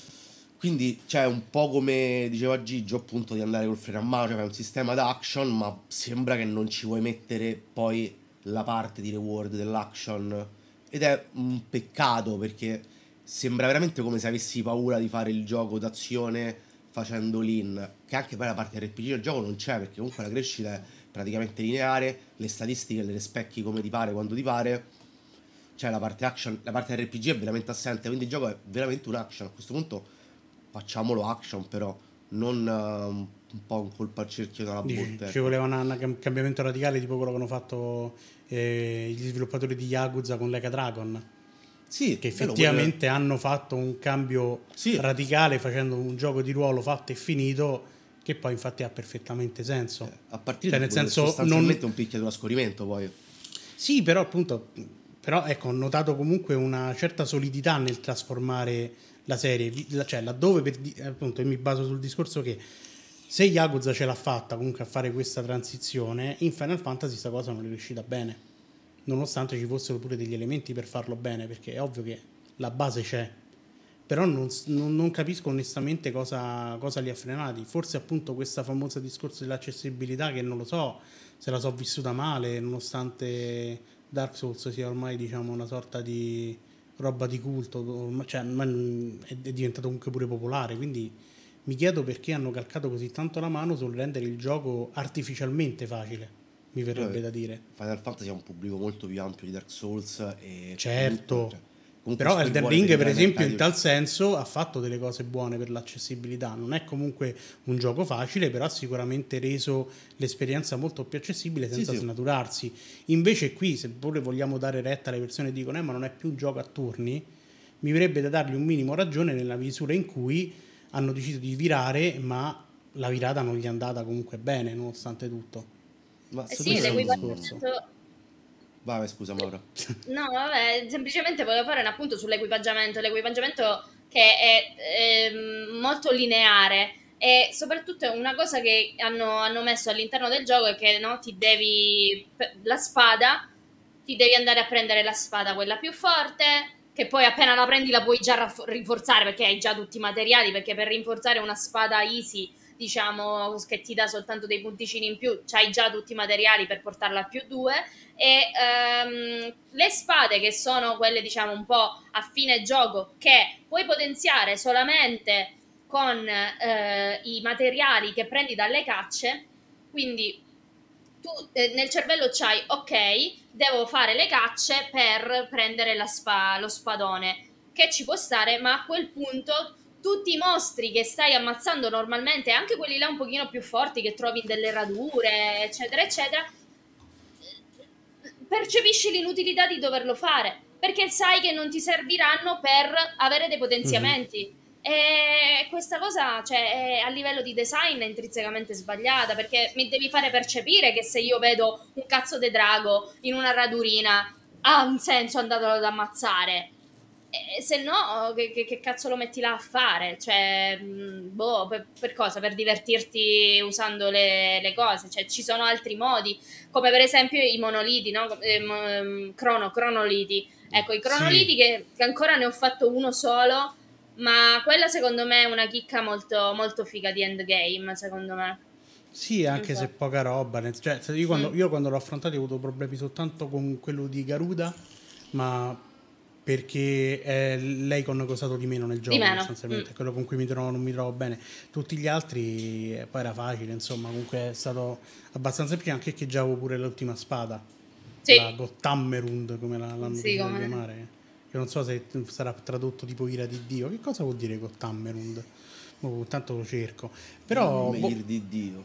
Quindi c'è un po' come diceva Gigio, appunto, di andare col freno a mano, cioè fai un sistema d'action, ma sembra che non ci vuoi mettere poi la parte di reward dell'action. Ed è un peccato perché sembra veramente come se avessi paura di fare il gioco d'azione facendo l'in. Che anche poi la parte R P G del gioco non c'è, perché comunque la crescita è praticamente lineare, le statistiche le rispecchi come ti pare, quando ti pare. Cioè la parte action, la parte R P G è veramente assente, quindi il gioco è veramente un action. A questo punto facciamolo action, però non eh, un po' un colpo al cerchio dalla dici, botte, ci ecco. voleva una- una- un cambiamento radicale tipo quello che hanno fatto eh, gli sviluppatori di Yakuza con Like a Dragon, Sì, che bello, quel... effettivamente hanno fatto un cambio Sì, radicale facendo un gioco di ruolo fatto e finito, che poi infatti ha perfettamente cioè, senso. a partire Cioè, da nel quello- senso, non, sostanzialmente un picchiato a scorrimento poi. sì, però appunto, però ecco, ho notato comunque una certa solidità nel trasformare la serie, vi- la- cioè laddove per, di- appunto io mi baso sul discorso che se Yakuza ce l'ha fatta comunque a fare questa transizione, in Final Fantasy sta cosa non è riuscita bene, nonostante ci fossero pure degli elementi per farlo bene, perché è ovvio che la base c'è, però non, s- non- non capisco onestamente cosa, cosa li ha frenati. Forse appunto questo famoso discorso dell'accessibilità, che non lo so, se la so vissuta male, nonostante Dark Souls sia ormai diciamo una sorta di roba di culto, ormai- cioè ormai è, è diventato comunque pure popolare, quindi mi chiedo perché hanno calcato così tanto la mano sul rendere il gioco artificialmente facile. mi verrebbe Poi da dire. Final Fantasy ha un pubblico molto più ampio di Dark Souls e Certo, comunque, cioè, comunque però Square Elden vuole Ring per i per nuovi esempio in mercati. tal senso ha fatto delle cose buone per l'accessibilità, non è comunque un gioco facile, però ha sicuramente reso l'esperienza molto più accessibile Sì, senza sì. snaturarsi. Invece qui, se pure vogliamo dare retta alle persone che dicono eh, ma non è più un gioco a turni, mi verrebbe da dargli un minimo ragione nella misura in cui hanno deciso di virare, ma la virata non gli è andata comunque bene, nonostante tutto. Ma Eh secondo sì, me Questo è il non... discorso. l'equipaggiamento. Vai, scusa Maura. No, vabbè, semplicemente volevo fare un appunto sull'equipaggiamento, l'equipaggiamento che è ehm, molto lineare e soprattutto è una cosa che hanno, hanno messo all'interno del gioco è che no, ti devi, per- la spada, ti devi andare a prendere la spada, quella più forte, che poi appena la prendi la puoi già raff- rinforzare perché hai già tutti i materiali, perché per rinforzare una spada easy, diciamo, che ti dà soltanto dei punticini in più, c'hai già tutti i materiali per portarla a più due e ehm, le spade che sono quelle diciamo un po' a fine gioco che puoi potenziare solamente con eh, i materiali che prendi dalle cacce, quindi tu eh, nel cervello c'hai ok, devo fare le cacce per prendere la spa- lo spadone che ci può stare, ma a quel punto tutti i mostri che stai ammazzando normalmente, anche quelli là un pochino più forti che trovi in delle radure, eccetera, eccetera, percepisci l'inutilità di doverlo fare perché sai che non ti serviranno per avere dei Mhm. potenziamenti. E questa cosa, cioè, è- a livello di design è intrinsecamente sbagliata perché mi devi fare percepire che se io vedo un cazzo di drago in una radurina ha un senso andarlo ad ammazzare. E se no, che, che- che cazzo lo metti là a fare? Cioè, mh, boh, per, per cosa? Per divertirti usando le, le cose? Cioè, ci sono altri modi, come per esempio i monoliti, no? Eh, mo- ehm, crono, cronoliti. Ecco, i Sì, cronoliti che, che ancora ne ho fatto uno solo, ma quella secondo me è una chicca molto, molto figa di endgame, secondo me. sì, Non anche se so. poca roba. nel- Cioè, se io, quando, Mm. io quando l'ho affrontato ho avuto problemi soltanto con quello di Garuda, ma perché è l'Eikon che ho usato di meno nel Di gioco, meno. Mm. sostanzialmente, è quello con cui mi trovo, non mi trovo bene. Tutti gli altri eh, poi era facile, insomma, comunque è stato abbastanza semplice, anche che già avevo pure l'ultima spada, la Sì, Gothammerund, come la- l'hanno sì, deciso di come... chiamare, che non so se sarà tradotto tipo ira di Dio. Che cosa vuol dire Gothammerund? Oh, tanto lo cerco. Il Però, Meir boh, di Dio.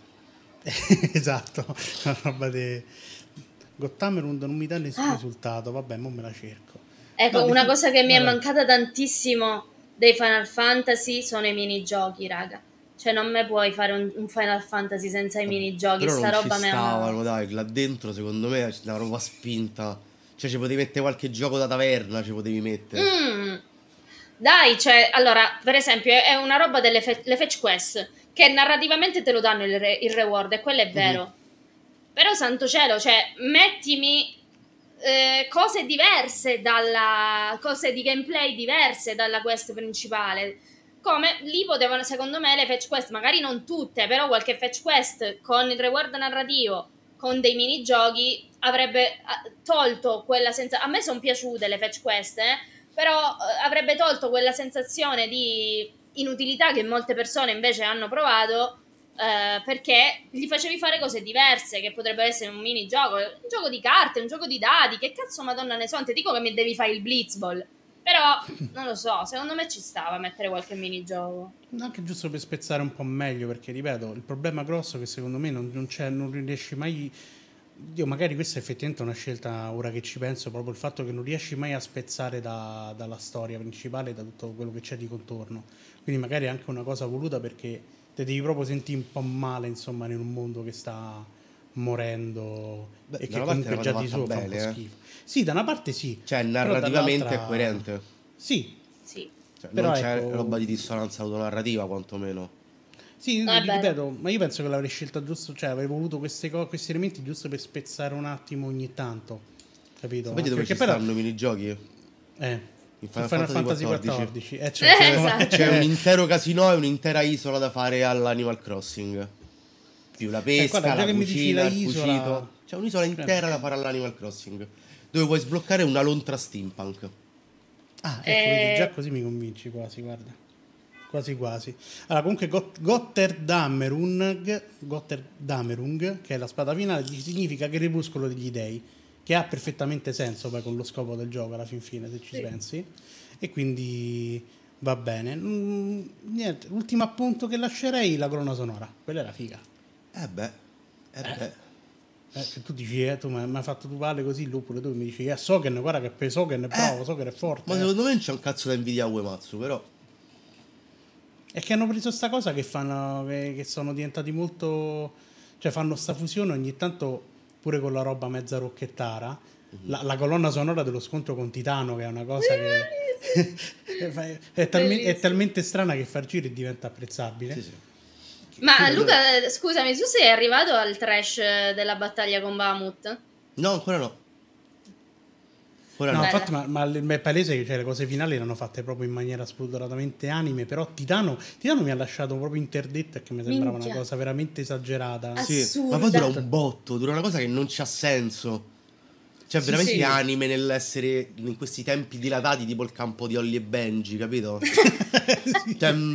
esatto, una roba di Gothammerund non mi dà nessun Ah, risultato, vabbè, mo me la cerco. No, ecco, una defi- cosa che mi è vai, vai. mancata tantissimo dei Final Fantasy sono i minigiochi, raga. Cioè, non me puoi fare un, un Final Fantasy senza i Vabbè, minigiochi. però Sta non ci roba mi ha... stavano, dai, là dentro secondo me c'è una roba spinta. Cioè ci potevi mettere qualche gioco da taverna, ci potevi mettere. Mm. Dai, cioè, allora, per esempio, è una roba delle fe- le fetch quest, che narrativamente te lo danno il, re- il reward, e quello è Mhm. vero. Però, santo cielo, cioè, mettimi eh, cose diverse dalla... cose di gameplay diverse dalla quest principale. Come lì potevano, secondo me, le fetch quest, magari non tutte, però qualche fetch quest con il reward narrativo, con dei minigiochi, avrebbe ah, tolto quella sensazione. A me sono piaciute le fetch quest, eh, però eh, avrebbe tolto quella sensazione di inutilità che molte persone invece hanno provato eh, perché gli facevi fare cose diverse che potrebbero essere un minigioco, un gioco di carte, un gioco di dadi, che cazzo madonna ne so, non ti dico che mi devi fare il blitzball, però non lo so, secondo me ci stava mettere qualche minigioco. Anche giusto per spezzare un po' meglio, perché ripeto, il problema grosso è che secondo me non, non c'è, non riesci mai. Dio, magari questa è effettivamente una scelta, ora che ci penso, proprio il fatto che non riesci mai a spezzare da- dalla storia principale, da tutto quello che c'è di contorno. Quindi magari è anche una cosa voluta perché te devi proprio sentire un po' male, insomma, in un mondo che sta morendo Beh, e da che una parte è comunque una già cosa di fatta suo fa un po' bene, eh. schifo. Sì, da una parte sì, Cioè però narrativamente è dall'altra coerente. sì, Sì, Cioè, non però c'è ecco. roba di dissonanza autonarrativa, quantomeno. Sì, no, è vero. ripeto, ma io penso che l'avrei scelta giusto, cioè avrei voluto queste co- questi elementi giusto per spezzare un attimo ogni tanto, capito? Sapete Anche dove perché ci però, stanno i minigiochi? eh, In su Final Final Fantasy Fantasy quattordici. quattordici, eh Eh, certo, C'è, c'è un esatto. eh, intero casino e un'intera isola da fare all'Animal Crossing. Più la eh, guarda, pesca, già la che mi dici la cucina, il isola, cucito. C'è un'isola eh, intera da fare all'Animal Crossing. Dove puoi sbloccare una lontra steampunk. ah, ecco, vedi, già Eh, così mi convinci quasi, guarda. quasi quasi. Allora, comunque Got- Gotterdammerung, Gotterdammerung, che è la spada finale, significa crepuscolo degli dei, che ha perfettamente senso poi con lo scopo del gioco alla fin fine, se ci Sì. pensi. E quindi va bene. Mm, niente, l'ultimo appunto che lascerei, la colonna sonora. Quella era figa. Eh beh, eh beh. Eh, che tu dici, eh, tu mi hai fatto tu vale così, lui pure tu mi dici, eh, Soken, guarda che per Soken è bravo, Eh, Soken è forte. Ma eh. secondo me non c'è un cazzo da invidiare a Uematsu, però. È che hanno preso sta cosa che fanno, che, che sono diventati molto, cioè fanno sta fusione ogni tanto pure con la roba mezza rocchettara. La, la colonna sonora dello scontro con Titano, che è una cosa che è, è, talme- è Bellissimo. talmente strana che far giro e diventa apprezzabile. Sì, sì. Ma Quindi- Luca, eh, scusami, tu sei arrivato al trash eh, della battaglia con Bahamut? No, ancora no. Ancora No, no. Bella. infatti, ma, ma l- ma è palese che cioè, le cose finali erano fatte proprio in maniera spudoratamente anime, però Titano, Titano mi ha lasciato proprio interdetto e che mi sembrava Minchia. una cosa veramente esagerata. Ah, Sì, Assurda. ma poi dura un botto, dura una cosa che non c'ha senso. Cioè, Sì, veramente sì. anime nell'essere in questi tempi dilatati, tipo il campo di Holly e Benji, capito? Sì. Cioè, mm,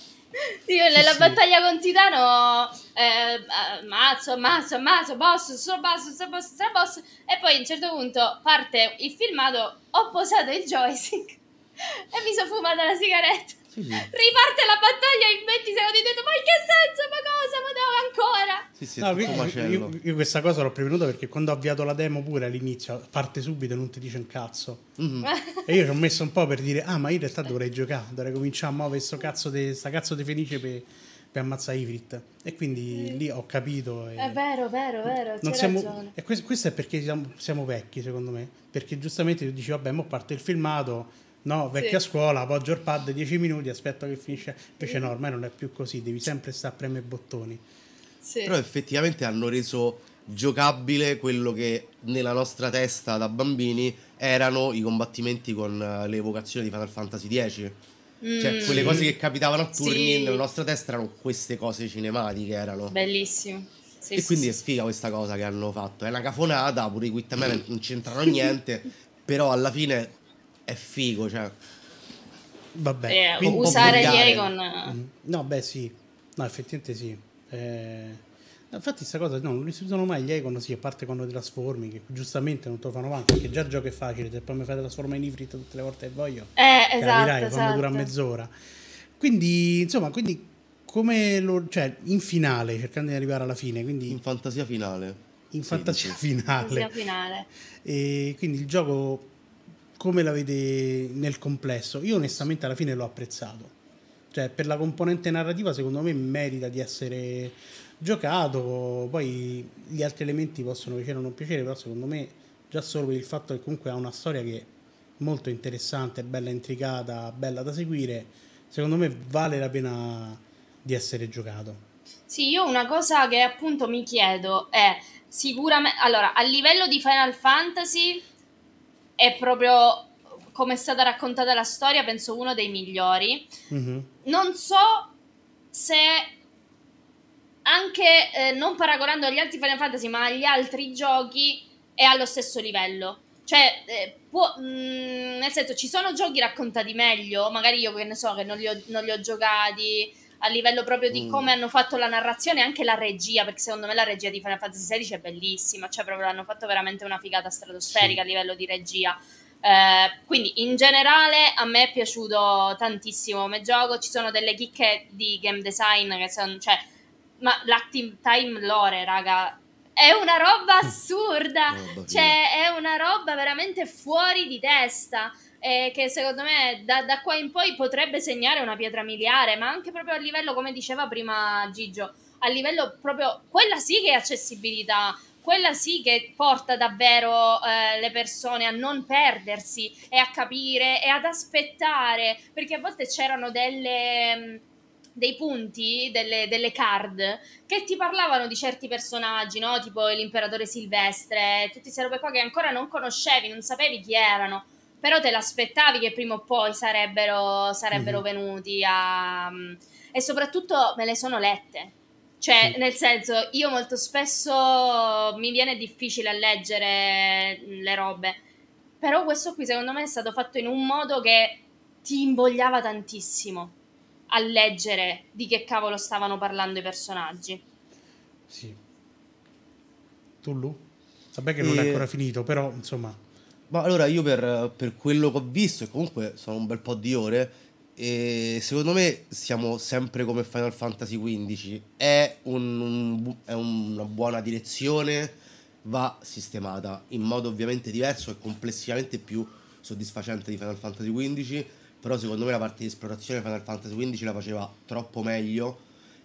Io nella sì. battaglia con Titano eh, eh, mazzo, mazzo, mazzo, boss, sto boss, sto boss, sto boss, e poi a un certo punto parte il filmato, ho posato il joystick e mi sono fumata la sigaretta. sì, sì. Riparte la battaglia in venti secondi, ho detto ma in che senso, ma cosa, ma no, ancora? Sì, sì, è No, tutto io, macello. io- io questa cosa l'ho prevenuta perché quando ho avviato la demo pure all'inizio parte subito e non ti dice un cazzo. Mhm. E io ci ho messo un po' per dire, ah, ma in realtà dovrei giocare, dovrei cominciare a muovere sto cazzo di sta cazzo di fenice per, per ammazzare Ivrit. E quindi Sì. lì ho capito. E È vero, vero, vero, non c'è siamo, ragione. e questo, questo è perché siamo, siamo vecchi, secondo me. Perché giustamente tu dici, vabbè, mo parte il filmato. No, vecchia Sì. scuola, appoggio il pad dieci minuti, aspetto che finisce. Invece no, ormai non è più così, devi sempre stare a premere bottoni. Sì. Però effettivamente hanno reso giocabile quello che nella nostra testa da bambini erano i combattimenti con eh, le evocazioni di Final Fantasy dieci. Cioè, Mm. quelle Sì. cose che capitavano a turni Sì. nella nostra testa erano queste cose cinematiche, erano. Bellissimo. Sì, E sì, quindi sì, è sì. figa questa cosa che hanno fatto. È una cafonata, pure i Quit Man non c'entrano niente, però alla fine è figo, cioè. Vabbè, Eh, Un po' quindi... usare gli volgare. Aegon. Mm. No, beh, sì. No, effettivamente sì. Eh, Infatti, questa cosa no, non li si usano mai gli Icon, sì, a parte quando ti trasformi, che giustamente non te lo fanno avanti, perché già il gioco è facile, se poi mi fai trasformare in Ifrit tutte le volte che voglio, Eh, capirai, esatto, quando dura esatto. mezz'ora. Quindi, insomma, quindi come lo... cioè, in finale, cercando di arrivare alla fine, quindi In fantasia finale. in sedici. fantasia Fantasia finale. finale. E quindi il gioco come la vede nel complesso? Io onestamente alla fine l'ho apprezzato. Cioè, per la componente narrativa, secondo me merita di essere giocato. Poi gli altri elementi possono piacere o non piacere, però secondo me già solo per il fatto che comunque ha una storia che è molto interessante, bella intricata, bella da seguire, secondo me vale la pena di essere giocato. Sì, io una cosa che appunto mi chiedo è sicuramente, allora, a livello di Final Fantasy è proprio come è stata raccontata la storia, penso uno dei migliori. Mhm. Non so se anche eh, non paragonando agli altri Final Fantasy, ma agli altri giochi è allo stesso livello. Cioè, eh, può, mh, nel senso, ci sono giochi raccontati meglio, magari io che ne so, che non li ho, non li ho giocati a livello proprio di Mm. come hanno fatto la narrazione e anche la regia, perché secondo me la regia di Final Fantasy sedici è bellissima, cioè proprio hanno fatto veramente una figata stratosferica Sì. a livello di regia. Eh, quindi in generale a me è piaciuto tantissimo come gioco, ci sono delle chicche di game design che sono, cioè, ma l'active time lore, raga, è una roba assurda, Una roba figa. cioè è una roba veramente fuori di testa, eh, che secondo me da, da qua in poi potrebbe segnare una pietra miliare, ma anche proprio a livello, come diceva prima Gigio, a livello proprio, quella sì che è accessibilità, quella sì che porta davvero eh, le persone a non perdersi e a capire e ad aspettare, perché a volte c'erano delle... mh, dei punti, delle, delle card che ti parlavano di certi personaggi, no? Tipo l'imperatore Silvestre, tutte queste robe qua che ancora non conoscevi, non sapevi chi erano, però te l'aspettavi che prima o poi sarebbero, sarebbero Mhm. venuti a... e soprattutto me le sono lette. Cioè, Sì. nel senso, io molto spesso mi viene difficile a leggere le robe, però questo qui secondo me è stato fatto in un modo che ti invogliava tantissimo. a leggere di che cavolo stavano parlando i personaggi. Sì. Tu, Lu? Vabbè che non è E- ancora finito, però insomma... Ma allora io per, per quello che ho visto, e comunque sono un bel po' di ore, e secondo me siamo sempre come Final Fantasy quindici. È, un- un bu- è una buona direzione, va sistemata in modo ovviamente diverso e complessivamente più soddisfacente di Final Fantasy quindici, però secondo me la parte di esplorazione Final Fantasy quindici la faceva troppo meglio,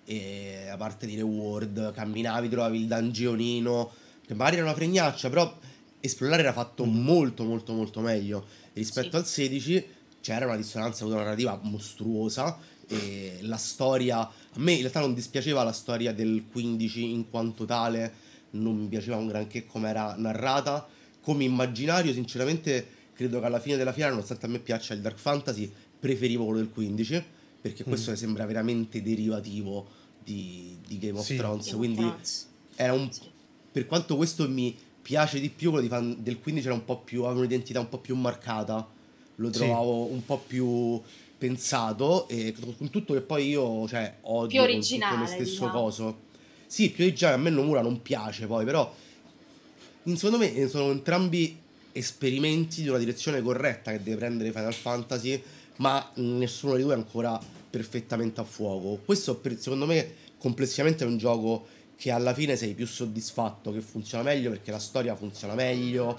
e la parte di reward, camminavi, trovavi il dungeonino, che magari era una fregnaccia, però esplorare era fatto Mm. molto molto molto meglio rispetto Sì. al sedici. C'era una dissonanza narrativa mostruosa, e la storia, a me in realtà non dispiaceva la storia del quindici in quanto tale, non mi piaceva un granché come era narrata. Come immaginario sinceramente credo che alla fine della fiera, nonostante a me piaccia il Dark Fantasy, preferivo quello del quindici, perché questo Mm. mi sembra veramente derivativo di, di Game of Sì. Thrones, Game of quindi Thrones. era un, Sì. per quanto questo mi piace di più, quello di fan- del quindici era un po' più, aveva un'identità un po' più marcata, lo Sì. trovavo un po' più pensato, e con tutto che poi io, cioè, Più odio con tutto me originale, stesso diciamo. coso. Sì, più originale, a me Nomura non piace poi, però in- secondo me eh, sono entrambi esperimenti di una direzione corretta che deve prendere Final Fantasy, ma nessuno dei due è ancora perfettamente a fuoco. Questo per- secondo me complessivamente è un gioco che alla fine sei più soddisfatto, che funziona meglio perché la storia funziona meglio,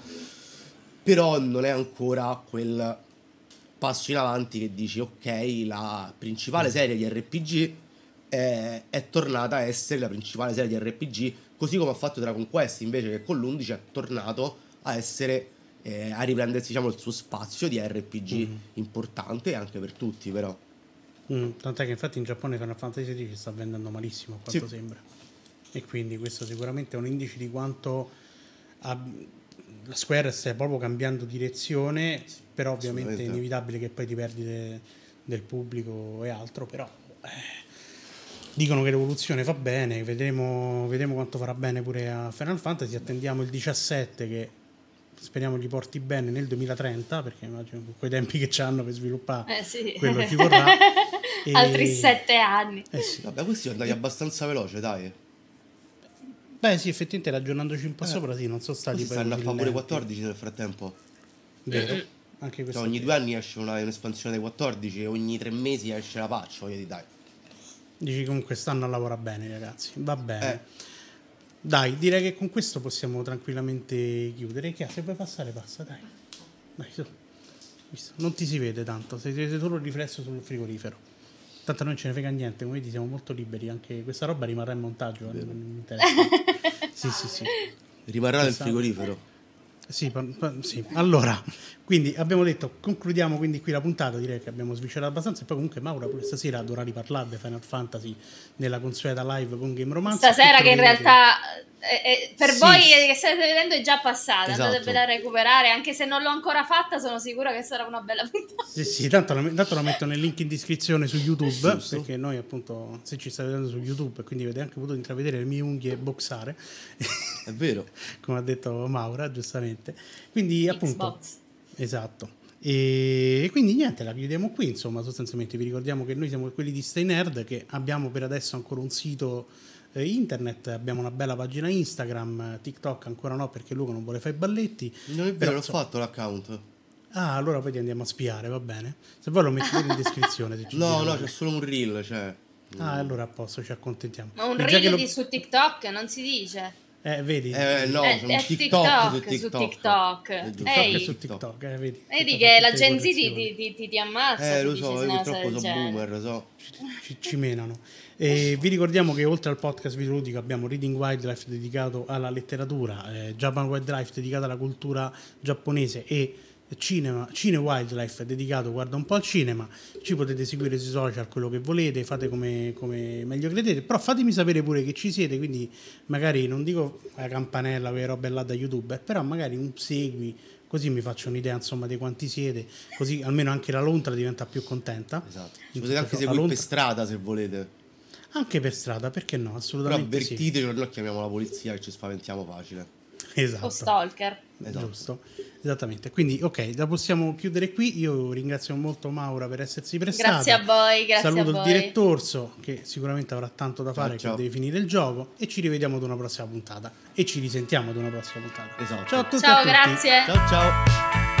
però non è ancora quel passo in avanti che dici ok, la principale Mm. serie di R P G è, è tornata a essere la principale serie di R P G, così come ha fatto Dragon Quest, invece che con l'undici è tornato a essere, eh, a riprendersi diciamo il suo spazio di R P G Mm. importante anche per tutti, però. Mm. Tant'è che infatti in Giappone Final Fantasy sedici sta vendendo malissimo, a quanto Sì. sembra. E quindi questo sicuramente è un indice di quanto ha- la Square stia proprio cambiando direzione, però ovviamente è assolutamente. inevitabile che poi ti perdi de- del pubblico e altro, però eh, dicono che l'evoluzione fa bene, vedremo, vedremo quanto farà bene pure a Final Fantasy, attendiamo il diciassette che speriamo gli porti bene nel duemilatrenta, perché immagino con quei tempi che c'hanno per sviluppare Eh sì. quello ci vorrà. E- Altri sette anni. Eh sì. Vabbè, questi sono andati abbastanza veloce, dai. Beh sì, effettivamente ragionandoci un po' Eh, sopra sì, non sono stati Questi poi stanno a così fare pure lenti. quattordici nel frattempo. Vero? Mm-mm. Anche Cioè, questo è ogni vero. due anni esce una, un'espansione dei quattordici e ogni tre mesi esce la patch, voglio dire, dai. Dici comunque stanno a lavorare bene ragazzi, va Eh, bene. Dai, direi che con questo possiamo tranquillamente chiudere. Chia, se vuoi passare passa, dai. Dai, su. Visto? Non ti si vede tanto, siete solo il riflesso sul frigorifero. Tanto non ce ne frega niente, come vedi siamo molto liberi, anche questa roba rimarrà in montaggio, eh, non mi interessa. Sì, sì, sì. rimarrà nel Questa- frigorifero. Sì, pa- pa- sì, allora, quindi abbiamo detto, concludiamo quindi qui la puntata, direi che abbiamo sviscerato abbastanza, e poi comunque Maura pure stasera dovrà riparlare di Final Fantasy nella consueta live con Game Romance. Stasera che in troverete- realtà eh, eh, per Sì, voi sì. che state vedendo è già passata, Esatto. andatevela a recuperare, anche se non l'ho ancora fatta sono sicura che sarà una bella puntata. Sì, sì, tanto la, tanto la metto nel link in descrizione su YouTube, Giusto. perché noi appunto, se ci state vedendo su YouTube, quindi avete anche potuto intravedere le mie unghie boxare, È vero. come ha detto Maura, giustamente. Quindi appunto... Xbox. Esatto. E quindi niente, la chiudiamo qui, insomma, sostanzialmente vi ricordiamo che noi siamo quelli di Stay Nerd, che abbiamo per adesso ancora un sito eh, internet, abbiamo una bella pagina Instagram, TikTok ancora no perché Luca non vuole fare i balletti. Non è Però, vero, l'ho insomma- fatto l'account. Ah, allora poi ti andiamo a spiare, va bene? Se vuoi lo mettete in descrizione se ci No, gira no, male. c'è solo un reel, cioè. Ah, allora a posto, ci accontentiamo. Ma un E già che reel lo- di su TikTok non si dice. Eh, vedi? Eh, no, Eh, c'è è un TikTok, TikTok su su TikTok. TikTok. È giusto, TikTok Ehi. e su TikTok, eh, vedi? Vedi Tutta- che la tutte le Gen Z ti, correzioni. ti, ti, ti ammazza Eh, se lo dici so, io una cosa purtroppo del sono genere. boomer, so. ci, ci menano. E vi ricordiamo che oltre al podcast videoludico abbiamo Reading Wildlife dedicato alla letteratura, eh, Japan Wildlife dedicato alla cultura giapponese e Cinema, Cine Wildlife dedicato, guarda un po' al cinema. Ci potete seguire sui social, quello che volete, fate come, come meglio credete, però fatemi sapere pure che ci siete, quindi magari non dico la campanella, quelle robe là da YouTube, però magari un segui, così mi faccio un'idea insomma di quanti siete, così almeno anche la Lontra diventa più contenta. Esatto. Ci In potete anche tutto ciò, seguire la per Lontra- strada se volete. anche per strada, perché no? Però Assolutamente sì. avvertiteci, no, noi chiamiamo la polizia e ci spaventiamo facile. Esatto. O Stalker. Esatto. Giusto, esattamente. Quindi, ok, la possiamo chiudere qui. Io ringrazio molto Maura per essersi prestata. Grazie a voi, grazie Saluto a voi. il direttorso, che sicuramente avrà tanto da fare, ciao. che deve finire il gioco. E ci rivediamo ad una prossima puntata. E ci risentiamo ad una prossima puntata. Esatto. Ciao a tutti. Ciao, e a tutti. grazie. Ciao ciao.